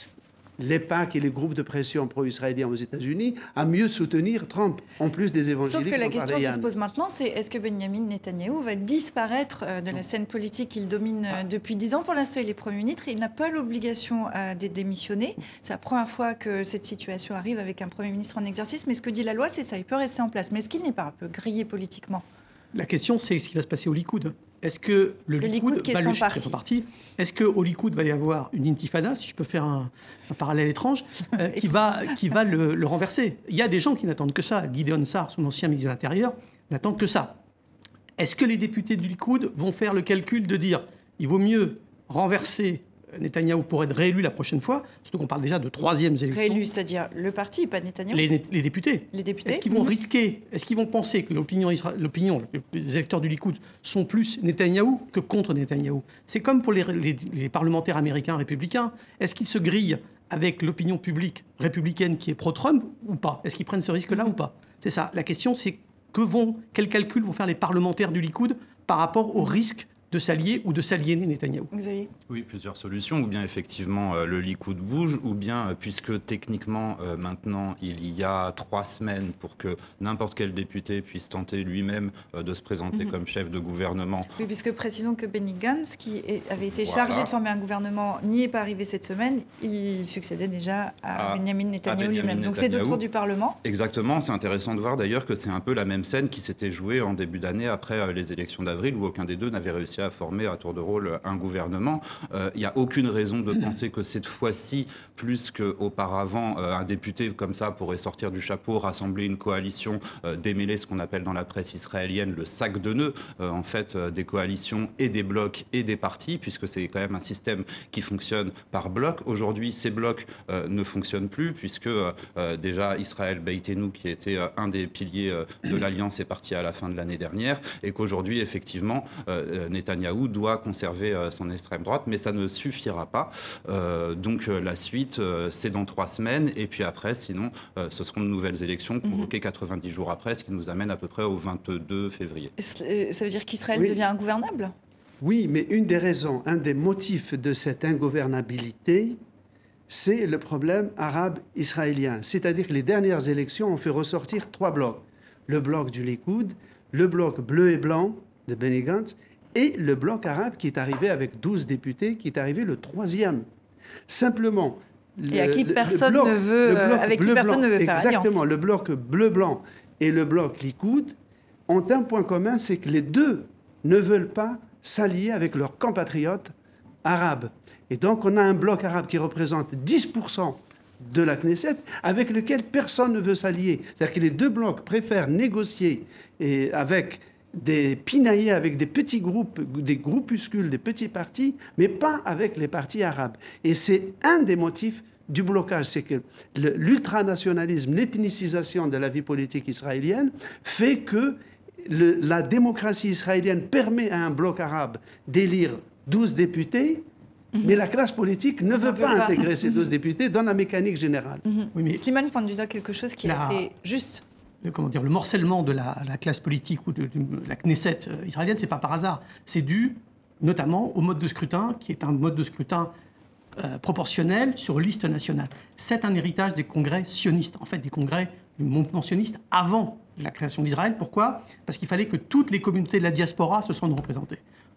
les P A C et les groupes de pression pro-israéliens aux États-Unis à mieux soutenir Trump, en plus des évangéliques. Sauf que la question qui se pose maintenant, c'est est-ce que Benjamin Netanyahou va disparaître de la scène politique qu'il domine depuis dix ans? Pour l'instant, il est Premier ministre et il n'a pas l'obligation de démissionner. C'est la première fois que cette situation arrive avec un Premier ministre en exercice, mais ce que dit la loi, c'est ça, il peut rester en place. Mais est-ce qu'il n'est pas un peu grillé politiquement? La question, c'est ce qui va se passer au Likoud. Est-ce que le, le Likoud, Likoud va le parti. parti Est-ce qu'au Likoud va y avoir une intifada, si je peux faire un, un parallèle étrange, euh, qui va, qui va le, le renverser? Il y a des gens qui n'attendent que ça. Gideon Sa'ar, son ancien ministre de l'Intérieur, n'attend que ça. Est-ce que les députés du Likoud vont faire le calcul de dire il vaut mieux renverser Netanyahou pour être réélu la prochaine fois, surtout qu'on parle déjà de troisième élection. Réélu, c'est-à-dire le parti, pas Netanyahou. Les, les députés. Les députés. Est-ce qu'ils vont mmh. risquer, est-ce qu'ils vont penser que l'opinion, l'opinion, les électeurs du Likoud sont plus Netanyahou que contre Netanyahou? C'est comme pour les, les, les parlementaires américains républicains. Est-ce qu'ils se grillent avec l'opinion publique républicaine qui est pro-Trump ou pas? Est-ce qu'ils prennent ce risque-là mmh. ou pas? C'est ça. La question, c'est que vont, quel calcul vont faire les parlementaires du Likoud par rapport au risque de s'allier ou de s'aliéner Netanyahou. Xavier. Oui, plusieurs solutions. Ou bien effectivement euh, le Likoud bouge, ou bien euh, puisque techniquement euh, maintenant il y a trois semaines pour que n'importe quel député puisse tenter lui-même euh, de se présenter mm-hmm. comme chef de gouvernement. Oui, puisque précisons que Benny Gantz, qui est, avait été voilà. chargé de former un gouvernement, n'y est pas arrivé cette semaine. Il succédait déjà à, à Benjamin Netanyahou lui-même. Donc c'est deux tours du Parlement. Exactement. C'est intéressant de voir d'ailleurs que c'est un peu la même scène qui s'était jouée en début d'année après euh, les élections d'avril où aucun des deux n'avait réussi à former à tour de rôle un gouvernement. Il euh, n'y a aucune raison de penser que cette fois-ci, plus qu'auparavant, euh, un député comme ça pourrait sortir du chapeau, rassembler une coalition, euh, démêler ce qu'on appelle dans la presse israélienne le sac de nœuds, euh, en fait, euh, des coalitions et des blocs et des partis, puisque c'est quand même un système qui fonctionne par bloc. Aujourd'hui, ces blocs euh, ne fonctionnent plus, puisque euh, déjà Israël Beitenu, qui était euh, un des piliers euh, de l'Alliance, est parti à la fin de l'année dernière, et qu'aujourd'hui, effectivement, euh, Netanyahou doit conserver euh, son extrême droite, mais ça ne suffira pas. Euh, donc euh, la suite, euh, c'est dans trois semaines, et puis après, sinon, euh, ce seront de nouvelles élections convoquées mm-hmm. quatre-vingt-dix jours après, ce qui nous amène à peu près au vingt-deux février. Ça veut dire qu'Israël oui. devient ingouvernable? Oui, mais une des raisons, un des motifs de cette ingouvernabilité, c'est le problème arabe-israélien. C'est-à-dire que les dernières élections ont fait ressortir trois blocs. Le bloc du Likoud, le bloc bleu et blanc de Benny Gantz, et le bloc arabe qui est arrivé avec douze députés, qui est arrivé le troisième. Simplement... Et à qui personne ne veut, avec qui personne ne veut faire alliance. Exactement, le bloc bleu-blanc et le bloc Likoud ont un point commun, c'est que les deux ne veulent pas s'allier avec leurs compatriotes arabes. Et donc on a un bloc arabe qui représente dix pour cent de la Knesset, avec lequel personne ne veut s'allier. C'est-à-dire que les deux blocs préfèrent négocier et avec... des pinaillés avec des petits groupes, des groupuscules, des petits partis, mais pas avec les partis arabes. Et c'est un des motifs du blocage, c'est que l'ultranationalisme, l'ethnicisation de la vie politique israélienne fait que le, la démocratie israélienne permet à un bloc arabe d'élire douze députés, mmh. mais la classe politique ne veut pas, pas intégrer ces douze mmh. députés dans la mécanique générale. Mmh. Oui, mais Slimane pointe du doigt quelque chose qui est la... assez juste. Le, comment dire, le morcellement de la, la classe politique ou de, de la Knesset israélienne, c'est pas par hasard. C'est dû notamment au mode de scrutin, qui est un mode de scrutin euh, proportionnel sur liste nationale. C'est un héritage des congrès sionistes, en fait des congrès du mouvement sioniste avant la création d'Israël. Pourquoi ? Parce qu'il fallait que toutes les communautés de la diaspora se sentent représentées.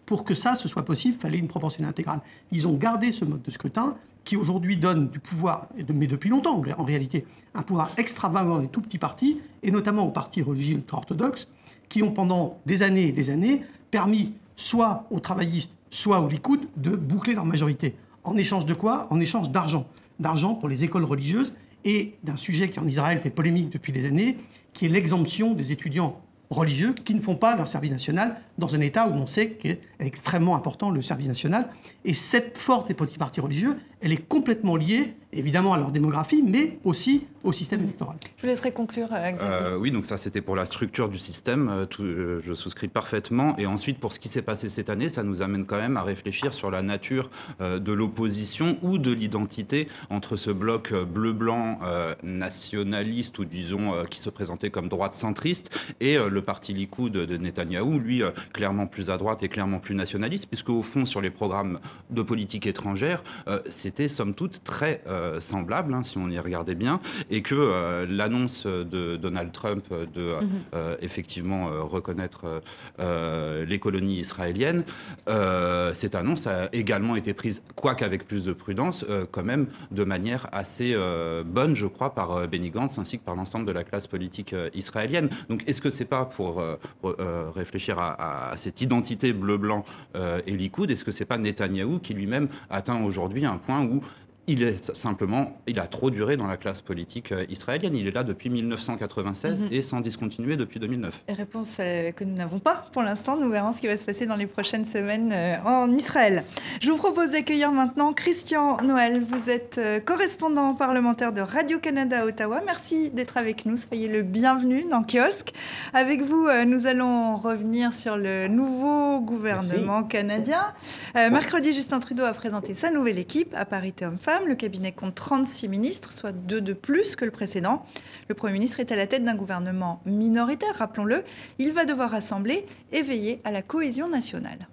Pour que ça, ce soit possible, il fallait une proportionnelle intégrale. Ils ont gardé ce mode de scrutin qui aujourd'hui donne du pouvoir, mais depuis longtemps en réalité, un pouvoir extravagant des tout petits partis, et notamment aux partis religieux ultra-orthodoxes, qui ont pendant des années et des années permis soit aux travaillistes, soit aux Likoud de boucler leur majorité. En échange de quoi ? En échange d'argent. D'argent pour les écoles religieuses et d'un sujet qui en Israël fait polémique depuis des années, qui est l'exemption des étudiants religieux qui ne font pas leur service national dans un État où on sait qu'est extrêmement important le service national. Et cette force des petits partis religieux, elle est complètement liée, évidemment, à leur démographie, mais aussi au système électoral. Je vous laisserai conclure, euh, Xavier. Euh, oui, donc ça, c'était pour la structure du système. Euh, tout, euh, je souscris parfaitement. Et ensuite, pour ce qui s'est passé cette année, ça nous amène quand même à réfléchir sur la nature euh, de l'opposition ou de l'identité entre ce bloc euh, bleu-blanc euh, nationaliste, ou disons, euh, qui se présentait comme droite centriste, et euh, le parti Likoud de, de Netanyahou, lui, euh, clairement plus à droite et clairement plus nationaliste, puisque au fond, sur les programmes de politique étrangère, euh, c'était somme toute très euh, semblable, hein, si on y regardait bien, et que euh, l'annonce de Donald Trump de mm-hmm. euh, effectivement euh, reconnaître euh, les colonies israéliennes, euh, cette annonce a également été prise, quoique avec plus de prudence, euh, quand même de manière assez euh, bonne, je crois, par Benny Gantz ainsi que par l'ensemble de la classe politique euh, israélienne. Donc, est-ce que c'est pas pour euh, euh, réfléchir à, à, à cette identité bleu-blanc euh, et Likoud, est-ce que c'est pas Netanyahou qui lui-même atteint aujourd'hui un point où il est simplement, il a trop duré dans la classe politique israélienne. Il est là depuis mille neuf cent quatre-vingt-seize mmh. et sans discontinuer depuis deux mille neuf. Réponse euh, que nous n'avons pas pour l'instant. Nous verrons ce qui va se passer dans les prochaines semaines euh, en Israël. Je vous propose d'accueillir maintenant Christian Noël. Vous êtes euh, correspondant parlementaire de Radio-Canada à Ottawa. Merci d'être avec nous. Soyez le bienvenu dans Kiosque. Avec vous, euh, nous allons revenir sur le nouveau gouvernement Merci. canadien. Euh, mercredi, Justin Trudeau a présenté sa nouvelle équipe à parité homme-femme. Le cabinet compte trente-six ministres, soit deux de plus que le précédent. Le Premier ministre est à la tête d'un gouvernement minoritaire, rappelons-le. Il va devoir rassembler et veiller à la cohésion nationale.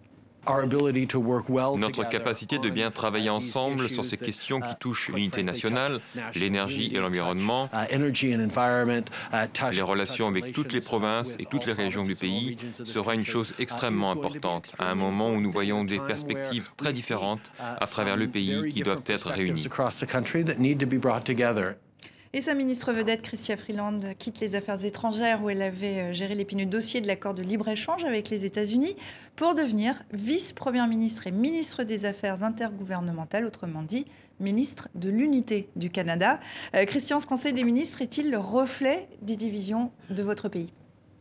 Notre capacité de bien travailler ensemble sur ces questions qui touchent l'unité nationale, l'énergie et l'environnement, les relations avec toutes les provinces et toutes les régions du pays sera une chose extrêmement importante à un moment où nous voyons des perspectives très différentes à travers le pays qui doivent être réunies. Et sa ministre vedette, Chrystia Freeland, quitte les affaires étrangères où elle avait géré l'épineux dossier de l'accord de libre-échange avec les États-Unis pour devenir vice-première ministre et ministre des Affaires intergouvernementales, autrement dit, ministre de l'Unité du Canada. Euh, Christian, ce Conseil des ministres est-il le reflet des divisions de votre pays ?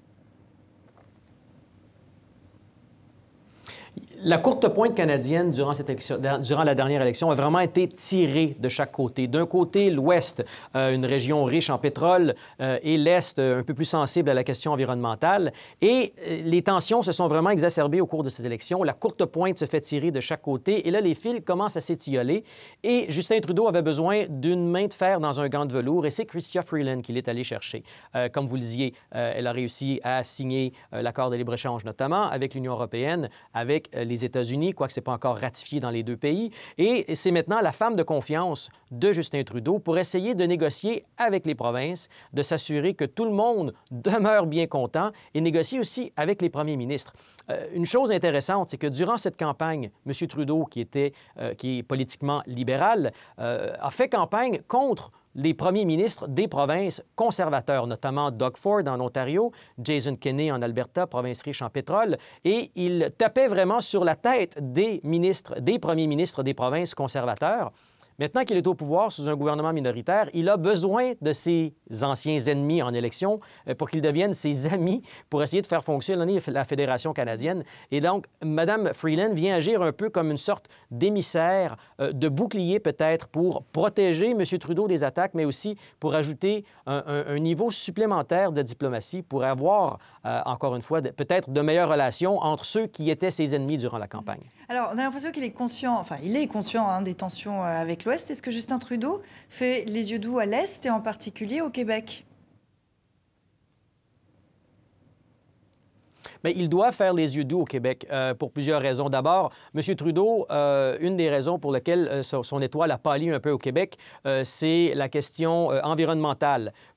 La courte pointe canadienne durant, cette élection, durant la dernière élection a vraiment été tirée de chaque côté. D'un côté, l'Ouest, euh, une région riche en pétrole, euh, et l'Est, euh, un peu plus sensible à la question environnementale. Et euh, les tensions se sont vraiment exacerbées au cours de cette élection. La courte pointe se fait tirer de chaque côté. Et là, les fils commencent à s'étioler. Et Justin Trudeau avait besoin d'une main de fer dans un gant de velours. Et c'est Chrystia Freeland qui l'est allée chercher. Euh, comme vous le disiez, euh, elle a réussi à signer euh, l'accord de libre-échange, notamment avec l'Union européenne, avec euh, les États-Unis, quoique ce n'est pas encore ratifié dans les deux pays. Et c'est maintenant la femme de confiance de Justin Trudeau pour essayer de négocier avec les provinces, de s'assurer que tout le monde demeure bien content et négocier aussi avec les premiers ministres. Euh, une chose intéressante, c'est que durant cette campagne, M. Trudeau, qui, était, euh, qui est politiquement libéral, euh, a fait campagne contre les premiers ministres des provinces conservateurs, notamment Doug Ford en Ontario, Jason Kenney en Alberta, province riche en pétrole, et il tapait vraiment sur la tête des ministres, des premiers ministres des provinces conservateurs. Maintenant qu'il est au pouvoir sous un gouvernement minoritaire, il a besoin de ses anciens ennemis en élection pour qu'ils deviennent ses amis pour essayer de faire fonctionner la Fédération canadienne. Et donc, Mme Freeland vient agir un peu comme une sorte d'émissaire, de bouclier peut-être pour protéger M. Trudeau des attaques, mais aussi pour ajouter un, un, un niveau supplémentaire de diplomatie pour avoir, euh, encore une fois, de, peut-être de meilleures relations entre ceux qui étaient ses ennemis durant la campagne. Alors, on a l'impression qu'il est conscient, enfin, il est conscient hein, des tensions avec l'Ouest. Est-ce que Justin Trudeau fait les yeux doux à l'Est et en particulier au Québec? Bien, il doit faire les yeux doux au Québec euh, pour plusieurs raisons. D'abord, M. Trudeau, euh, une des raisons pour lesquelles euh, son étoile a pâli un peu au Québec, euh, c'est la question euh, environnementale.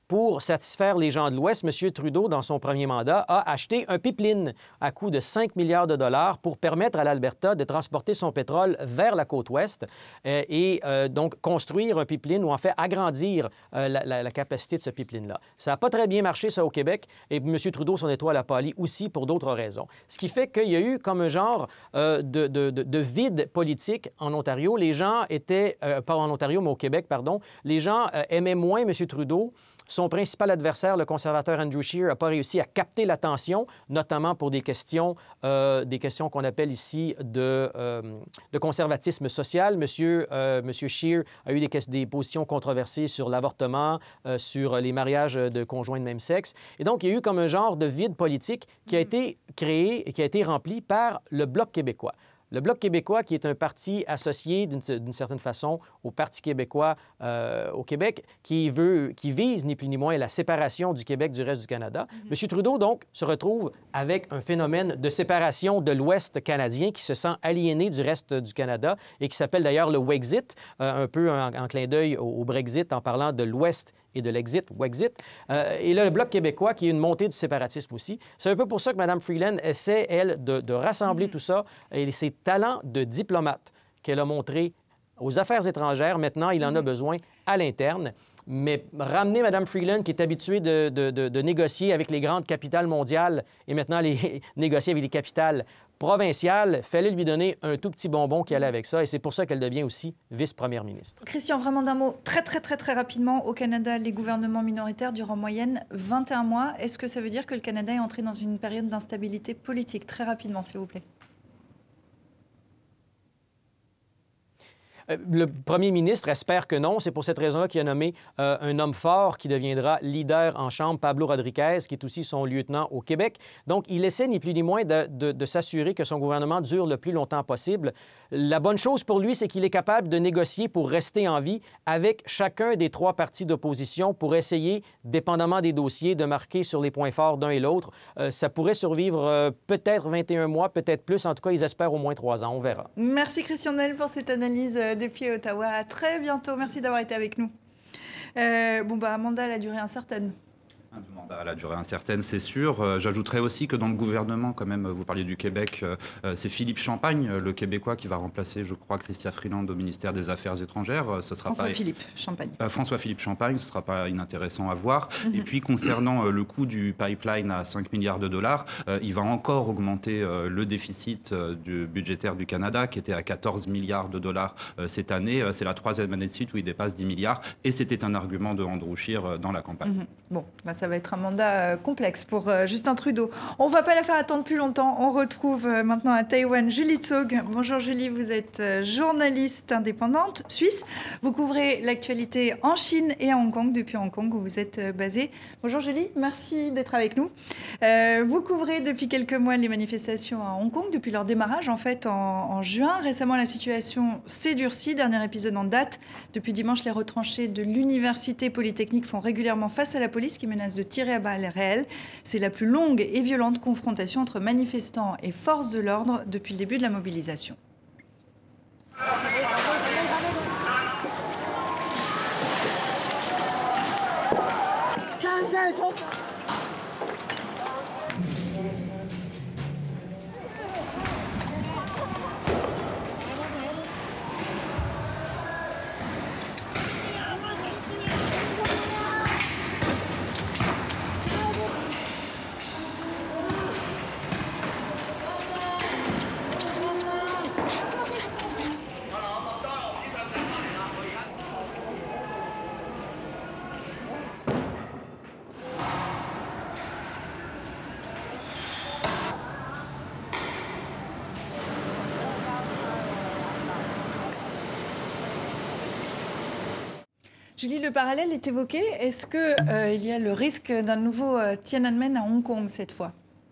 pour satisfaire les gens de l'Ouest, M. Trudeau, dans son premier mandat, a acheté un pipeline à coût de cinq milliards de dollars pour permettre à l'Alberta de transporter son pétrole vers la côte ouest euh, et euh, donc construire un pipeline ou en fait agrandir euh, la, la, la capacité de ce pipeline-là. Ça n'a pas très bien marché, ça, au Québec, et M. Trudeau, son étoile a pâli aussi pour d'autres raisons. Ce qui fait qu'il y a eu comme un genre euh, de, de, de, de vide politique en Ontario. Les gens étaient, euh, pas en Ontario, mais au Québec, pardon, les gens euh, aimaient moins M. Trudeau. Son principal adversaire, le conservateur Andrew Scheer, n'a pas réussi à capter l'attention, notamment pour des questions, euh, des questions qu'on appelle ici de, euh, de conservatisme social. Monsieur, euh, Monsieur Scheer a eu des, des positions controversées sur l'avortement, euh, sur les mariages de conjoints de même sexe. Et donc, il y a eu comme un genre de vide politique qui a été créé et qui a été rempli par le Bloc québécois. Le Bloc québécois, qui est un parti associé d'une certaine façon au Parti québécois euh, au Québec, qui, veut, qui vise ni plus ni moins la séparation du Québec du reste du Canada. Mm-hmm. M. Trudeau, donc, se retrouve avec un phénomène de séparation de l'Ouest canadien qui se sent aliéné du reste du Canada et qui s'appelle d'ailleurs le Wexit, euh, un peu en, en clin d'œil au, au Brexit en parlant de l'Ouest et de l'exit, Wexit. Euh, et là, le Bloc québécois, qui est une montée du séparatisme aussi. C'est un peu pour ça que Mme Freeland essaie, elle, de, de rassembler mm-hmm. tout ça et ses talents de diplomate qu'elle a montrés aux affaires étrangères. Maintenant, il en a besoin à l'interne. Mais ramener Mme Freeland, qui est habituée de, de, de, de négocier avec les grandes capitales mondiales et maintenant les, négocier avec les capitales provinciale, fallait lui donner un tout petit bonbon qui allait avec ça, et c'est pour ça qu'elle devient aussi vice-première ministre. Christian, vraiment d'un mot, très, très, très, très rapidement, au Canada, les gouvernements minoritaires durent en moyenne vingt et un mois. Est-ce que ça veut dire que le Canada est entré dans une période d'instabilité politique? Très rapidement, s'il vous plaît. Le premier ministre espère que non. C'est pour cette raison-là qu'il a nommé euh, un homme fort qui deviendra leader en Chambre, Pablo Rodriguez, qui est aussi son lieutenant au Québec. Donc, il essaie ni plus ni moins de, de, de s'assurer que son gouvernement dure le plus longtemps possible. La bonne chose pour lui, c'est qu'il est capable de négocier pour rester en vie avec chacun des trois partis d'opposition pour essayer, dépendamment des dossiers, de marquer sur les points forts d'un et l'autre. Euh, ça pourrait survivre euh, peut-être vingt et un mois, peut-être plus. En tout cas, ils espèrent au moins trois ans. On verra. Merci Christian Noël pour cette analyse depuis Ottawa. À très bientôt. Merci d'avoir été avec nous. Euh, bon, bah, mandat à la durée incertaine. Un mandat à la durée incertaine, c'est sûr. Euh, J'ajouterais aussi que dans le gouvernement, quand même, vous parliez du Québec, euh, c'est Philippe Champagne, le Québécois, qui va remplacer, je crois, Chrystia Freeland au ministère des Affaires étrangères. Ce sera François pas... Philippe Champagne. Euh, François Philippe Champagne, ce ne sera pas inintéressant à voir. Mm-hmm. Et puis, concernant euh, le coût du pipeline à cinq milliards de dollars, euh, il va encore augmenter euh, le déficit euh, du budgétaire du Canada, qui était à quatorze milliards de dollars euh, cette année. Euh, c'est la troisième année de suite où il dépasse dix milliards. Et c'était un argument de Andrew Scheer euh, dans la campagne. Mm-hmm. Bon, bah, ça va être un mandat euh, complexe pour euh, Justin Trudeau. On ne va pas la faire attendre plus longtemps. On retrouve euh, maintenant à Taïwan Julie Tsog. Bonjour Julie, vous êtes euh, journaliste indépendante suisse. Vous couvrez l'actualité en Chine et à Hong Kong, depuis Hong Kong où vous êtes euh, basée. Bonjour Julie, merci d'être avec nous. Euh, vous couvrez depuis quelques mois les manifestations à Hong Kong, depuis leur démarrage en fait en, en juin. Récemment, la situation s'est durcie. Dernier épisode en date. Depuis dimanche, les retranchés de l'université polytechnique font régulièrement face à la police qui menace de tirer à balles réelles. C'est la plus longue et violente confrontation entre manifestants et forces de l'ordre depuis le début de la mobilisation. Julie, le parallèle est évoqué. Est-ce qu'il euh, y a le risque d'un nouveau euh, Tiananmen à Hong Kong cette fois?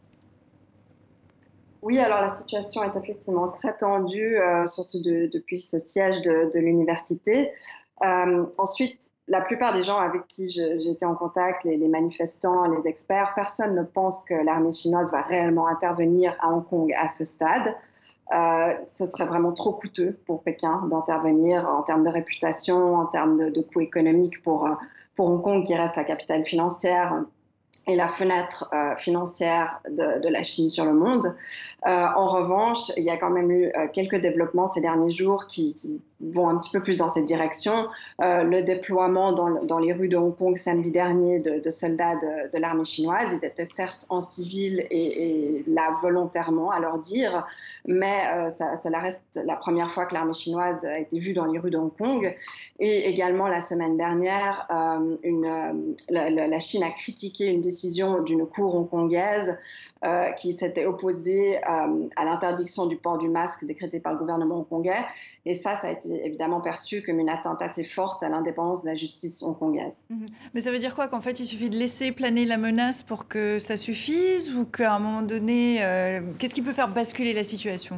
Oui, alors la situation est effectivement très tendue, euh, surtout de, depuis ce siège de, de l'université. Euh, ensuite, la plupart des gens avec qui j'ai été en contact, les, les manifestants, les experts, personne ne pense que l'armée chinoise va réellement intervenir à Hong Kong à ce stade. Euh, ce serait vraiment trop coûteux pour Pékin d'intervenir en termes de réputation, en termes de, de coûts économiques pour, pour Hong Kong, qui reste la capitale financière et la fenêtre euh, financière de, de la Chine sur le monde. Euh, en revanche, il y a quand même eu euh, quelques développements ces derniers jours qui, qui vont un petit peu plus dans cette direction. Euh, le déploiement dans, dans les rues de Hong Kong samedi dernier de, de soldats de, de l'armée chinoise. Ils étaient certes en civil et, et là volontairement, à leur dire, mais euh, ça, ça reste la première fois que l'armée chinoise a été vue dans les rues de Hong Kong. Et également, la semaine dernière, euh, une, euh, la, la Chine a critiqué une décision d'une cour hongkongaise euh, qui s'était opposée euh, à l'interdiction du port du masque décrétée par le gouvernement hongkongais. Et ça, ça a été évidemment perçu comme une atteinte assez forte à l'indépendance de la justice hongkongaise. Mmh. Mais ça veut dire quoi? Qu'en fait, il suffit de laisser planer la menace pour que ça suffise? Ou qu'à un moment donné, euh, qu'est-ce qui peut faire basculer la situation?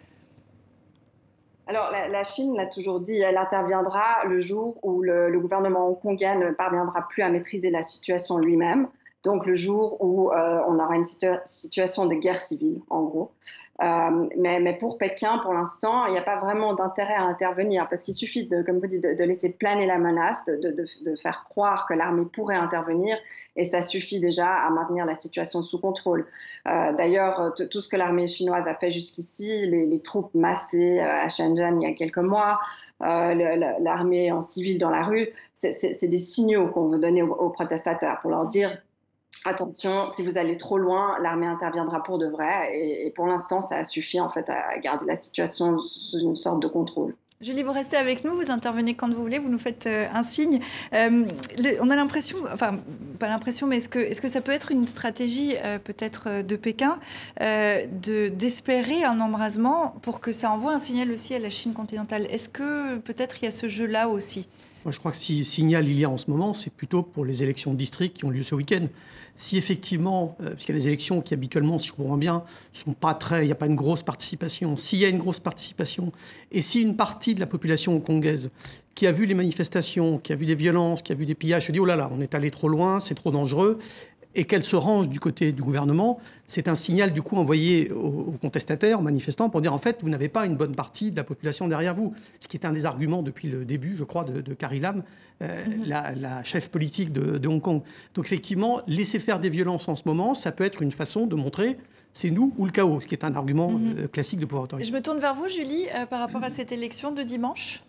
Alors, la, la Chine l'a toujours dit, elle interviendra le jour où le, le gouvernement hongkongais ne parviendra plus à maîtriser la situation lui-même. Donc, le jour où euh, on aura une situa- situation de guerre civile, en gros. Euh, mais, mais pour Pékin, pour l'instant, il n'y a pas vraiment d'intérêt à intervenir parce qu'il suffit, de, comme vous dites, de, de laisser planer la menace, de, de, de faire croire que l'armée pourrait intervenir et ça suffit déjà à maintenir la situation sous contrôle. Euh, d'ailleurs, t- tout ce que l'armée chinoise a fait jusqu'ici, les, les troupes massées à Shenzhen il y a quelques mois, euh, le, l'armée en civil dans la rue, c'est, c'est, c'est des signaux qu'on veut donner aux, aux protestataires pour leur dire attention, si vous allez trop loin, l'armée interviendra pour de vrai. Et, et pour l'instant, ça a suffi en fait à garder la situation sous une sorte de contrôle. Julie, vous restez avec nous, vous intervenez quand vous voulez, vous nous faites euh, un signe. Euh, le, on a l'impression, enfin, pas l'impression, mais est-ce que, est-ce que ça peut être une stratégie euh, peut-être de Pékin euh, de, d'espérer un embrasement pour que ça envoie un signal aussi à la Chine continentale? Est-ce que peut-être il y a ce jeu-là aussi? Moi, je crois que si signal il y a en ce moment, c'est plutôt pour les élections de district qui ont lieu ce week-end. Si effectivement, euh, parce qu'il y a des élections qui habituellement, si je comprends bien, sont pas très, il n'y a pas une grosse participation. S'il y a une grosse participation, et si une partie de la population hongkongaise qui a vu les manifestations, qui a vu des violences, qui a vu des pillages, se dit oh là là, on est allé trop loin, c'est trop dangereux, et qu'elle se range du côté du gouvernement, c'est un signal du coup envoyé aux, aux contestataires, aux manifestants, pour dire en fait, vous n'avez pas une bonne partie de la population derrière vous. Ce qui est un des arguments depuis le début, je crois, de, de Carrie Lam, euh, mm-hmm. la, la chef politique de, de Hong Kong. Donc effectivement, laisser faire des violences en ce moment, ça peut être une façon de montrer c'est nous ou le chaos, ce qui est un argument mm-hmm. euh, classique de pouvoir autoritaire. Je me tourne vers vous, Julie, euh, par rapport à cette élection de dimanche.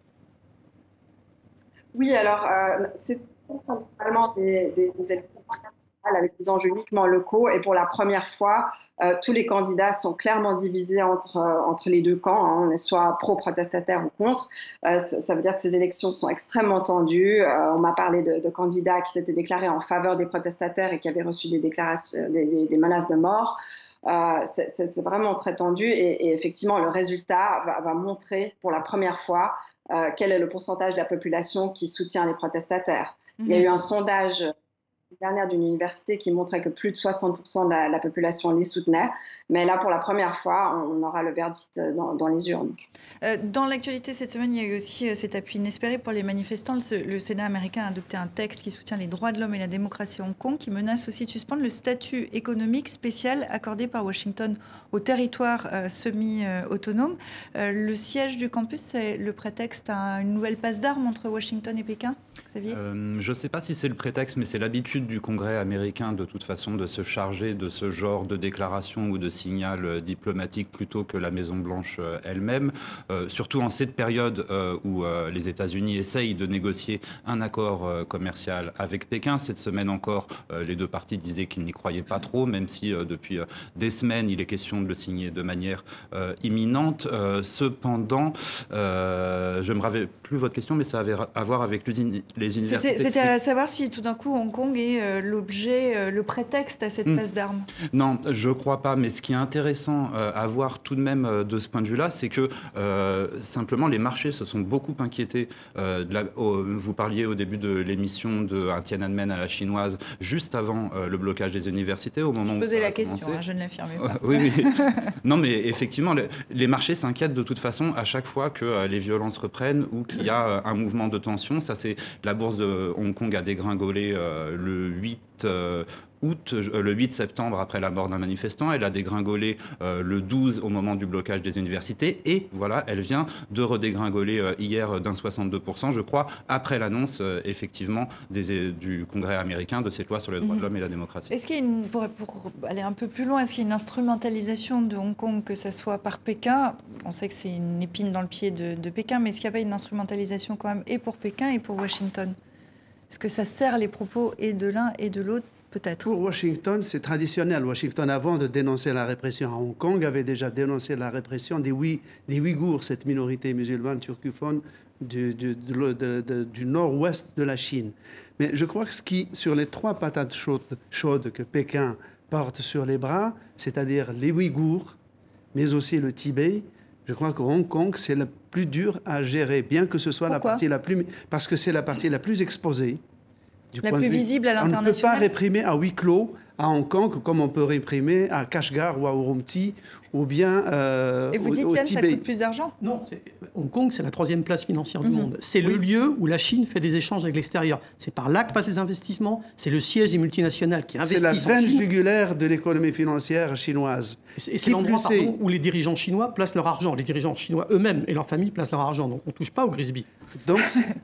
Oui, alors, euh, c'est principalement des, des, des élections très avec des enjeux uniquement locaux. Et pour la première fois, euh, tous les candidats sont clairement divisés entre, euh, entre les deux camps. Hein. On est soit pro-protestataire ou contre. Euh, ça, ça veut dire que ces élections sont extrêmement tendues. Euh, on m'a parlé de, de candidats qui s'étaient déclarés en faveur des protestataires et qui avaient reçu des, déclarations, des, des, des menaces de mort. Euh, c'est, c'est, c'est vraiment très tendu et, et effectivement le résultat va, va montrer pour la première fois euh, quel est le pourcentage de la population qui soutient les protestataires. Mm-hmm. Il y a eu un sondage dernière d'une université qui montrait que plus de soixante pour cent de la, la population les soutenait. Mais là, pour la première fois, on aura le verdict dans, dans les urnes. Euh, dans l'actualité cette semaine, il y a eu aussi euh, cet appui inespéré pour les manifestants. Le, le Sénat américain a adopté un texte qui soutient les droits de l'homme et la démocratie à Hong Kong, qui menace aussi de suspendre le statut économique spécial accordé par Washington au territoire euh, semi-autonome. Euh, le siège du campus, c'est le prétexte à une nouvelle passe d'armes entre Washington et Pékin, Xavier ? euh, Je ne sais pas si c'est le prétexte, mais c'est l'habitude du Congrès américain, de toute façon, de se charger de ce genre de déclaration ou de signal diplomatique plutôt que la Maison-Blanche elle-même, euh, surtout en cette période euh, où euh, les États-Unis essayent de négocier un accord euh, commercial avec Pékin. Cette semaine encore, euh, les deux parties disaient qu'ils n'y croyaient pas trop, même si euh, depuis euh, des semaines, il est question de le signer de manière euh, imminente. Euh, cependant, euh, je ne me rappelle plus votre question, mais ça avait à voir avec les universités. C'était, c'était à savoir si tout d'un coup Hong Kong est euh, l'objet, euh, le prétexte à cette mmh. passe d'armes. Non, je ne crois pas. Mais ce qui est intéressant euh, à voir tout de même euh, de ce point de vue-là, c'est que euh, simplement les marchés se sont beaucoup inquiétés. Euh, de la, oh, vous parliez au début de l'émission d'un Tiananmen à la chinoise, juste avant euh, le blocage des universités, au moment je où posais la question, hein, je ne l'affirmais pas. oui, oui. Non, mais effectivement, les, les marchés s'inquiètent de toute façon à chaque fois que euh, les violences reprennent ou qu'il y a euh, un mouvement de tension. Ça, c'est la bourse de Hong Kong a dégringolé euh, le le huit euh, août, euh, le huit septembre après la mort d'un manifestant. Elle a dégringolé euh, le douze au moment du blocage des universités. Et voilà, elle vient de redégringoler euh, hier d'un soixante-deux pour cent, je crois, après l'annonce euh, effectivement des, du Congrès américain de cette loi sur les droits mmh. de l'homme et la démocratie. Est-ce qu'il y a une, pour, pour aller un peu plus loin, est-ce qu'il y a une instrumentalisation de Hong Kong, que ce soit par Pékin? On sait que c'est une épine dans le pied de, de Pékin, mais est-ce qu'il n'y a pas une instrumentalisation quand même et pour Pékin et pour Washington? Est-ce que ça sert les propos et de l'un et de l'autre, peut-être? Pour Washington, c'est traditionnel. Washington, avant de dénoncer la répression à Hong Kong, avait déjà dénoncé la répression des, Ouï, des Ouïghours, cette minorité musulmane turcophone du, du, de, de, de, du nord-ouest de la Chine. Mais je crois que ce qui, sur les trois patates chaudes, chaudes que Pékin porte sur les bras, c'est-à-dire les Ouïghours, mais aussi le Tibet, je crois que Hong Kong, c'est le plus dur à gérer, bien que ce soit Pourquoi? la partie la plus... Parce que c'est la partie la plus exposée. Du la point plus de vue, visible à l'international. On ne peut pas réprimer à huis clos à Hong Kong comme on peut réprimer à Kashgar ou à Urumqi ou bien euh, Et vous au, dites, au Yann, Tibet. Ça coûte plus d'argent? Non, Hong Kong, c'est la troisième place financière du Mm-hmm. monde. C'est oui. le lieu où la Chine fait des échanges avec l'extérieur. C'est par là que passent les investissements. C'est le siège des multinationales qui investissent. C'est la veine jugulaire de l'économie financière chinoise. Et c'est l'endroit pardon, où les dirigeants chinois placent leur argent. Les dirigeants chinois eux-mêmes et leurs familles placent leur argent. Donc on ne touche pas au Grisby. Donc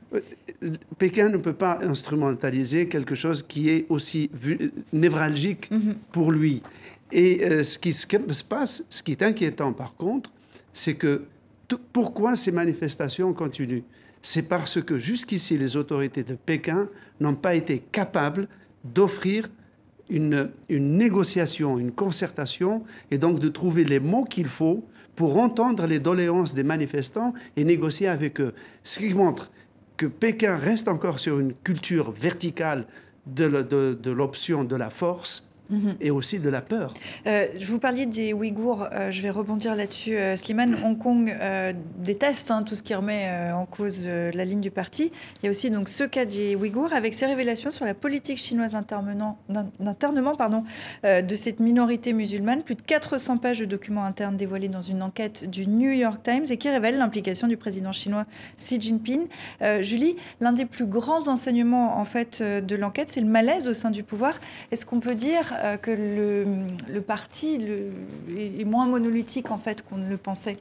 Pékin ne peut pas instrumentaliser quelque chose qui est aussi névralgique mm-hmm. pour lui. Et euh, ce qui se passe, ce qui est inquiétant par contre, c'est que t- pourquoi ces manifestations continuent? C'est parce que jusqu'ici, les autorités de Pékin n'ont pas été capables d'offrir une, une négociation, une concertation, et donc de trouver les mots qu'il faut pour entendre les doléances des manifestants et négocier avec eux. Ce qui montre que Pékin reste encore sur une culture verticale de, le, de, de l'option de la force, Mmh. et aussi de la peur. Euh, je vous parliez des Ouïghours, euh, je vais rebondir là-dessus. Euh, Slimane, Hong Kong euh, déteste hein, tout ce qui remet euh, en cause euh, la ligne du parti. Il y a aussi donc, ce cas des Ouïghours avec ses révélations sur la politique chinoise d'internement pardon, euh, de cette minorité musulmane. Plus de quatre cents pages de documents internes dévoilés dans une enquête du New York Times et qui révèlent l'implication du président chinois Xi Jinping. Euh, Julie, l'un des plus grands enseignements en fait, de l'enquête, c'est le malaise au sein du pouvoir. Est-ce qu'on peut dire que le, le parti le, est moins monolithique en fait qu'on ne le pensait?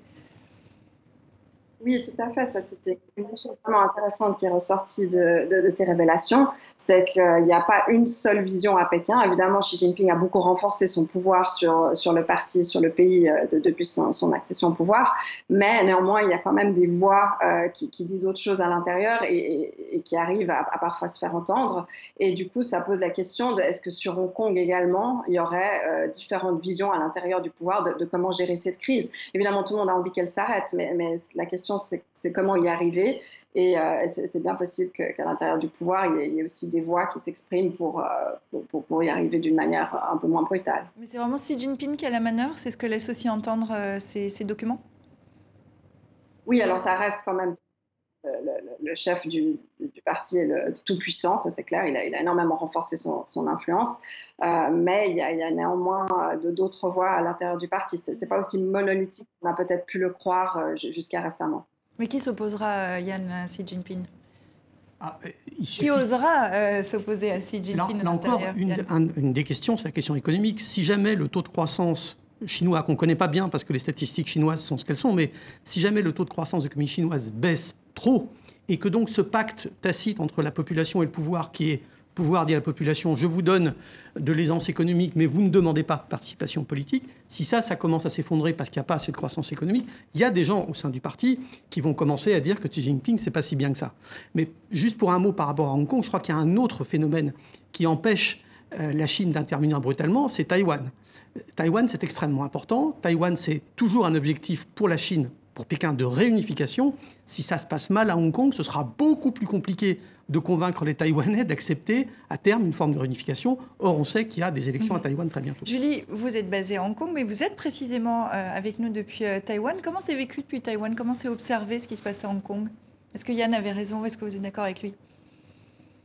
Oui, tout à fait. Ça, c'était une chose vraiment intéressante qui est ressortie de, de, de ces révélations. C'est qu'il n'y a pas une seule vision à Pékin. Évidemment, Xi Jinping a beaucoup renforcé son pouvoir sur, sur le parti, sur le pays de, depuis son, son accession au pouvoir. Mais néanmoins, il y a quand même des voix euh, qui, qui disent autre chose à l'intérieur et, et, et qui arrivent à, à parfois se faire entendre. Et du coup, ça pose la question de est-ce que sur Hong Kong également, il y aurait euh, différentes visions à l'intérieur du pouvoir de, de comment gérer cette crise. Évidemment, tout le monde a envie qu'elle s'arrête, mais, mais la question C'est, c'est comment y arriver. Et euh, c'est, c'est bien possible que, qu'à l'intérieur du pouvoir, il y, ait, il y ait aussi des voix qui s'expriment pour, euh, pour, pour, pour y arriver d'une manière un peu moins brutale. Mais c'est vraiment Xi Jinping qui a la manœuvre? C'est ce que laisse aussi entendre euh, ces, ces documents? Oui, alors ça reste quand même le, le, le chef du, du parti est le tout-puissant, ça c'est clair. Il a, il a énormément renforcé son, son influence. Euh, mais il y, a, il y a néanmoins de, d'autres voix à l'intérieur du parti. C'est, c'est pas aussi monolithique qu'on a peut-être pu le croire euh, jusqu'à récemment. Mais qui s'opposera, Yann, à Xi Jinping? ah, il suffit... Qui osera euh, s'opposer à Xi Jinping? Là, là encore, une, un, une des questions, c'est la question économique. Si jamais le taux de croissance chinois, qu'on ne connaît pas bien parce que les statistiques chinoises sont ce qu'elles sont, mais si jamais le taux de croissance de l'économie chinoise baisse trop, et que donc ce pacte tacite entre la population et le pouvoir, qui est pouvoir dire à la population, je vous donne de l'aisance économique, mais vous ne demandez pas de participation politique, si ça, ça commence à s'effondrer parce qu'il n'y a pas assez de croissance économique, il y a des gens au sein du parti qui vont commencer à dire que Xi Jinping, c'est pas si bien que ça. Mais juste pour un mot par rapport à Hong Kong, je crois qu'il y a un autre phénomène qui empêche euh, la Chine d'intervenir brutalement, c'est Taïwan. Taïwan, c'est extrêmement important. Taïwan, c'est toujours un objectif pour la Chine, pour Pékin, de réunification. Si ça se passe mal à Hong Kong, ce sera beaucoup plus compliqué de convaincre les Taïwanais d'accepter à terme une forme de réunification. Or, on sait qu'il y a des élections mmh. à Taïwan très bientôt. Julie, vous êtes basée à HongOng, mais vous êtes précisément euh, avec nous depuis euh, Taïwan. Comment c'est vécu depuis Taïwan? Comment c'est observé ce qui se passe à Hong Kong? Est-ce que Yann avait raison ou est-ce que vous êtes d'accord avec lui?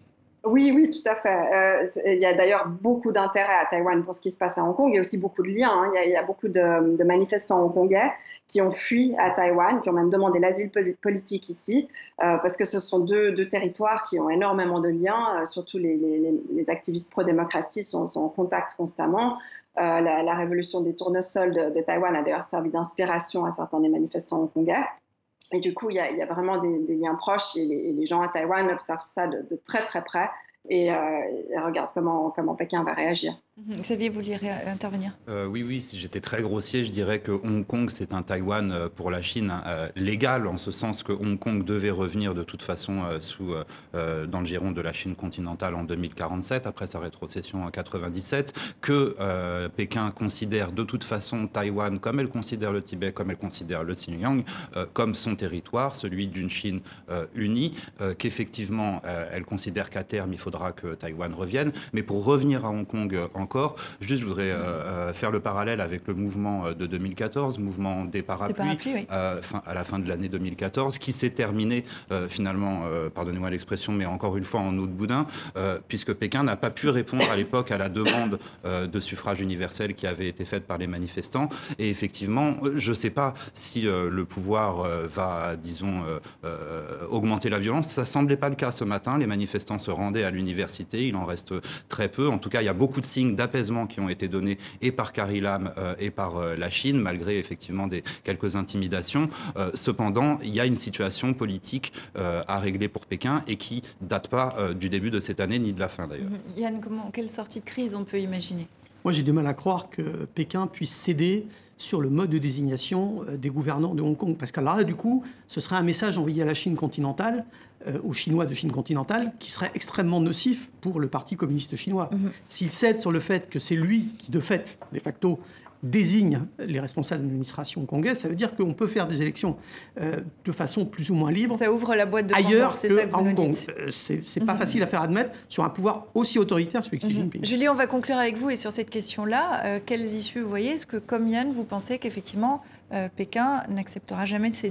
Oui, oui, tout à fait. Euh, il y a d'ailleurs beaucoup d'intérêt à Taïwan pour ce qui se passe à Hong Kong. Il y a aussi beaucoup de liens. Hein. Il, y a, il y a beaucoup de, de manifestants hongkongais qui ont fui à Taïwan, qui ont même demandé l'asile politique ici, euh, parce que ce sont deux, deux territoires qui ont énormément de liens. Euh, surtout les, les, les activistes pro-démocratie sont, sont en contact constamment. Euh, la, la révolution des tournesols de, de Taïwan a d'ailleurs servi d'inspiration à certains des manifestants hongkongais. Et du coup, il y a, il y a vraiment des, des liens proches et les, et les gens à Taïwan observent ça de, de très très près et, euh, et regardent comment, comment Pékin va réagir. Xavier, vous vouliez intervenir ? euh, Oui, oui, si j'étais très grossier, je dirais que Hong Kong, c'est un Taïwan pour la Chine euh, légal, en ce sens que Hong Kong devait revenir de toute façon euh, sous, euh, dans le giron de la Chine continentale en deux mille quarante-sept, après sa rétrocession en quatre-vingt-dix-sept, que euh, Pékin considère de toute façon Taïwan comme elle considère le Tibet, comme elle considère le Xinjiang, euh, comme son territoire, celui d'une Chine euh, unie, euh, qu'effectivement, euh, elle considère qu'à terme, il faudra que Taïwan revienne. Mais pour revenir à Hong Kong euh, encore, juste, je voudrais euh, faire le parallèle avec le mouvement de deux mille quatorze, mouvement des parapluies, des parapluies oui. euh, fin, à la fin de l'année deux mille quatorze, qui s'est terminé euh, finalement, euh, pardonnez-moi l'expression, mais encore une fois en eau de boudin, euh, puisque Pékin n'a pas pu répondre à l'époque à la demande euh, de suffrage universel qui avait été faite par les manifestants. Et effectivement, je ne sais pas si euh, le pouvoir euh, va, disons, euh, euh, augmenter la violence. Ça ne semblait pas le cas ce matin. Les manifestants se rendaient à l'université. Il en reste très peu. En tout cas, il y a beaucoup de signes d'apaisement qui ont été donnés et par Carrie Lam euh, et par euh, la Chine, malgré effectivement des, quelques intimidations. Euh, cependant, il y a une situation politique euh, à régler pour Pékin et qui ne date pas euh, du début de cette année ni de la fin d'ailleurs. Mmh. Yann, comment, quelle sortie de crise on peut imaginer ? Moi, j'ai du mal à croire que Pékin puisse céder sur le mode de désignation des gouvernants de Hong Kong. Parce que là, du coup, ce serait un message envoyé à la Chine continentale, euh, aux Chinois de Chine continentale, qui serait extrêmement nocif pour le Parti communiste chinois. Mmh. S'il cède sur le fait que c'est lui qui, de fait, de facto, désigne les responsables de l'administration hongkongaise, ça veut dire qu'on peut faire des élections euh, de façon plus ou moins libre. Ça ouvre la boîte de ailleurs Pandore, c'est ça que vous Hong nous Kong. dites. Euh, c'est c'est pas mmh. facile à faire admettre sur un pouvoir aussi autoritaire que celui de Xi Jinping. Mmh. Julie, on va conclure avec vous et sur cette question-là, euh, quelles issues vous voyez ? Est-ce que, comme Yann, vous pensez qu'effectivement euh, Pékin n'acceptera jamais de céder ?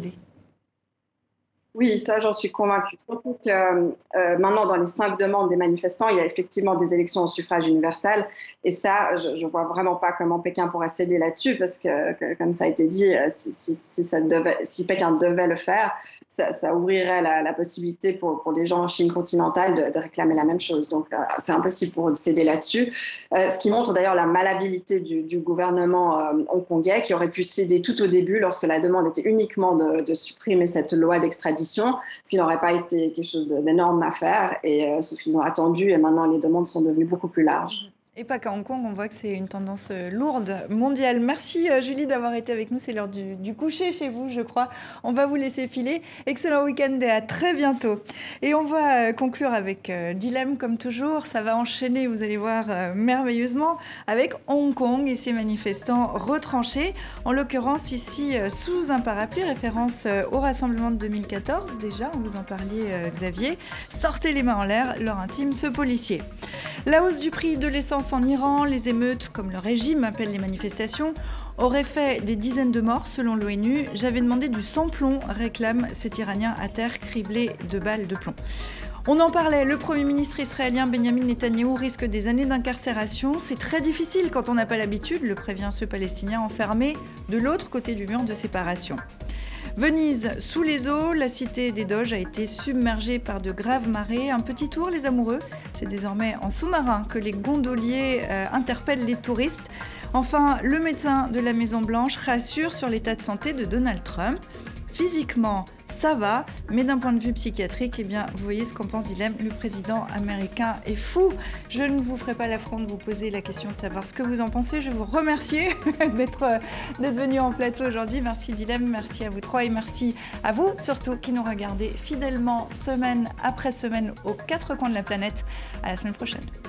Oui, ça, j'en suis convaincue. Surtout que euh, maintenant, dans les cinq demandes des manifestants, il y a effectivement des élections au suffrage universel. Et ça, je ne vois vraiment pas comment Pékin pourrait céder là-dessus, parce que, que, comme ça a été dit, si, si, si, ça devait, si Pékin devait le faire, ça, ça ouvrirait la, la possibilité pour, pour les gens en Chine continentale de, de réclamer la même chose. Donc, euh, c'est impossible pour eux de céder là-dessus. Euh, ce qui montre d'ailleurs la malhabilité du, du gouvernement euh, hongkongais, qui aurait pu céder tout au début lorsque la demande était uniquement de, de supprimer cette loi d'extradition, ce qui n'aurait pas été quelque chose d'énorme à faire. Et euh, sauf qu'ils ont attendu et maintenant les demandes sont devenues beaucoup plus larges. Et pas qu'à Hong Kong, on voit que c'est une tendance lourde, mondiale. Merci Julie d'avoir été avec nous. C'est l'heure du, du coucher chez vous, je crois. On va vous laisser filer. Excellent week-end et à très bientôt. Et on va conclure avec euh, Dilemme, comme toujours. Ça va enchaîner, vous allez voir, euh, merveilleusement, avec Hong Kong et ses manifestants retranchés. En l'occurrence, ici, euh, sous un parapluie, référence euh, au rassemblement de deux mille quatorze. Déjà, on vous en parliez, euh, Xavier. Sortez les mains en l'air, leur intime ce policier. La hausse du prix de l'essence en Iran, les émeutes, comme le régime appelle les manifestations, auraient fait des dizaines de morts selon l'ONU. J'avais demandé du sans-plomb, réclame cet Iranien à terre criblé de balles de plomb. On en parlait, le Premier ministre israélien Benjamin Netanyahou risque des années d'incarcération. C'est très difficile quand on n'a pas l'habitude, le prévient ce Palestinien enfermé de l'autre côté du mur de séparation. Venise, sous les eaux, la cité des Doges a été submergée par de graves marées. Un petit tour, les amoureux. C'est désormais en sous-marin que les gondoliers euh, interpellent les touristes. Enfin, le médecin de la Maison-Blanche rassure sur l'état de santé de Donald Trump. Physiquement, ça va, mais d'un point de vue psychiatrique, eh bien, vous voyez ce qu'en pense Dilemme, le président américain est fou. Je ne vous ferai pas l'affront de vous poser la question de savoir ce que vous en pensez. Je vous remercie d'être, d'être venu en plateau aujourd'hui. Merci Dilemme, merci à vous trois et merci à vous, surtout, qui nous regardez fidèlement semaine après semaine aux quatre coins de la planète. À la semaine prochaine.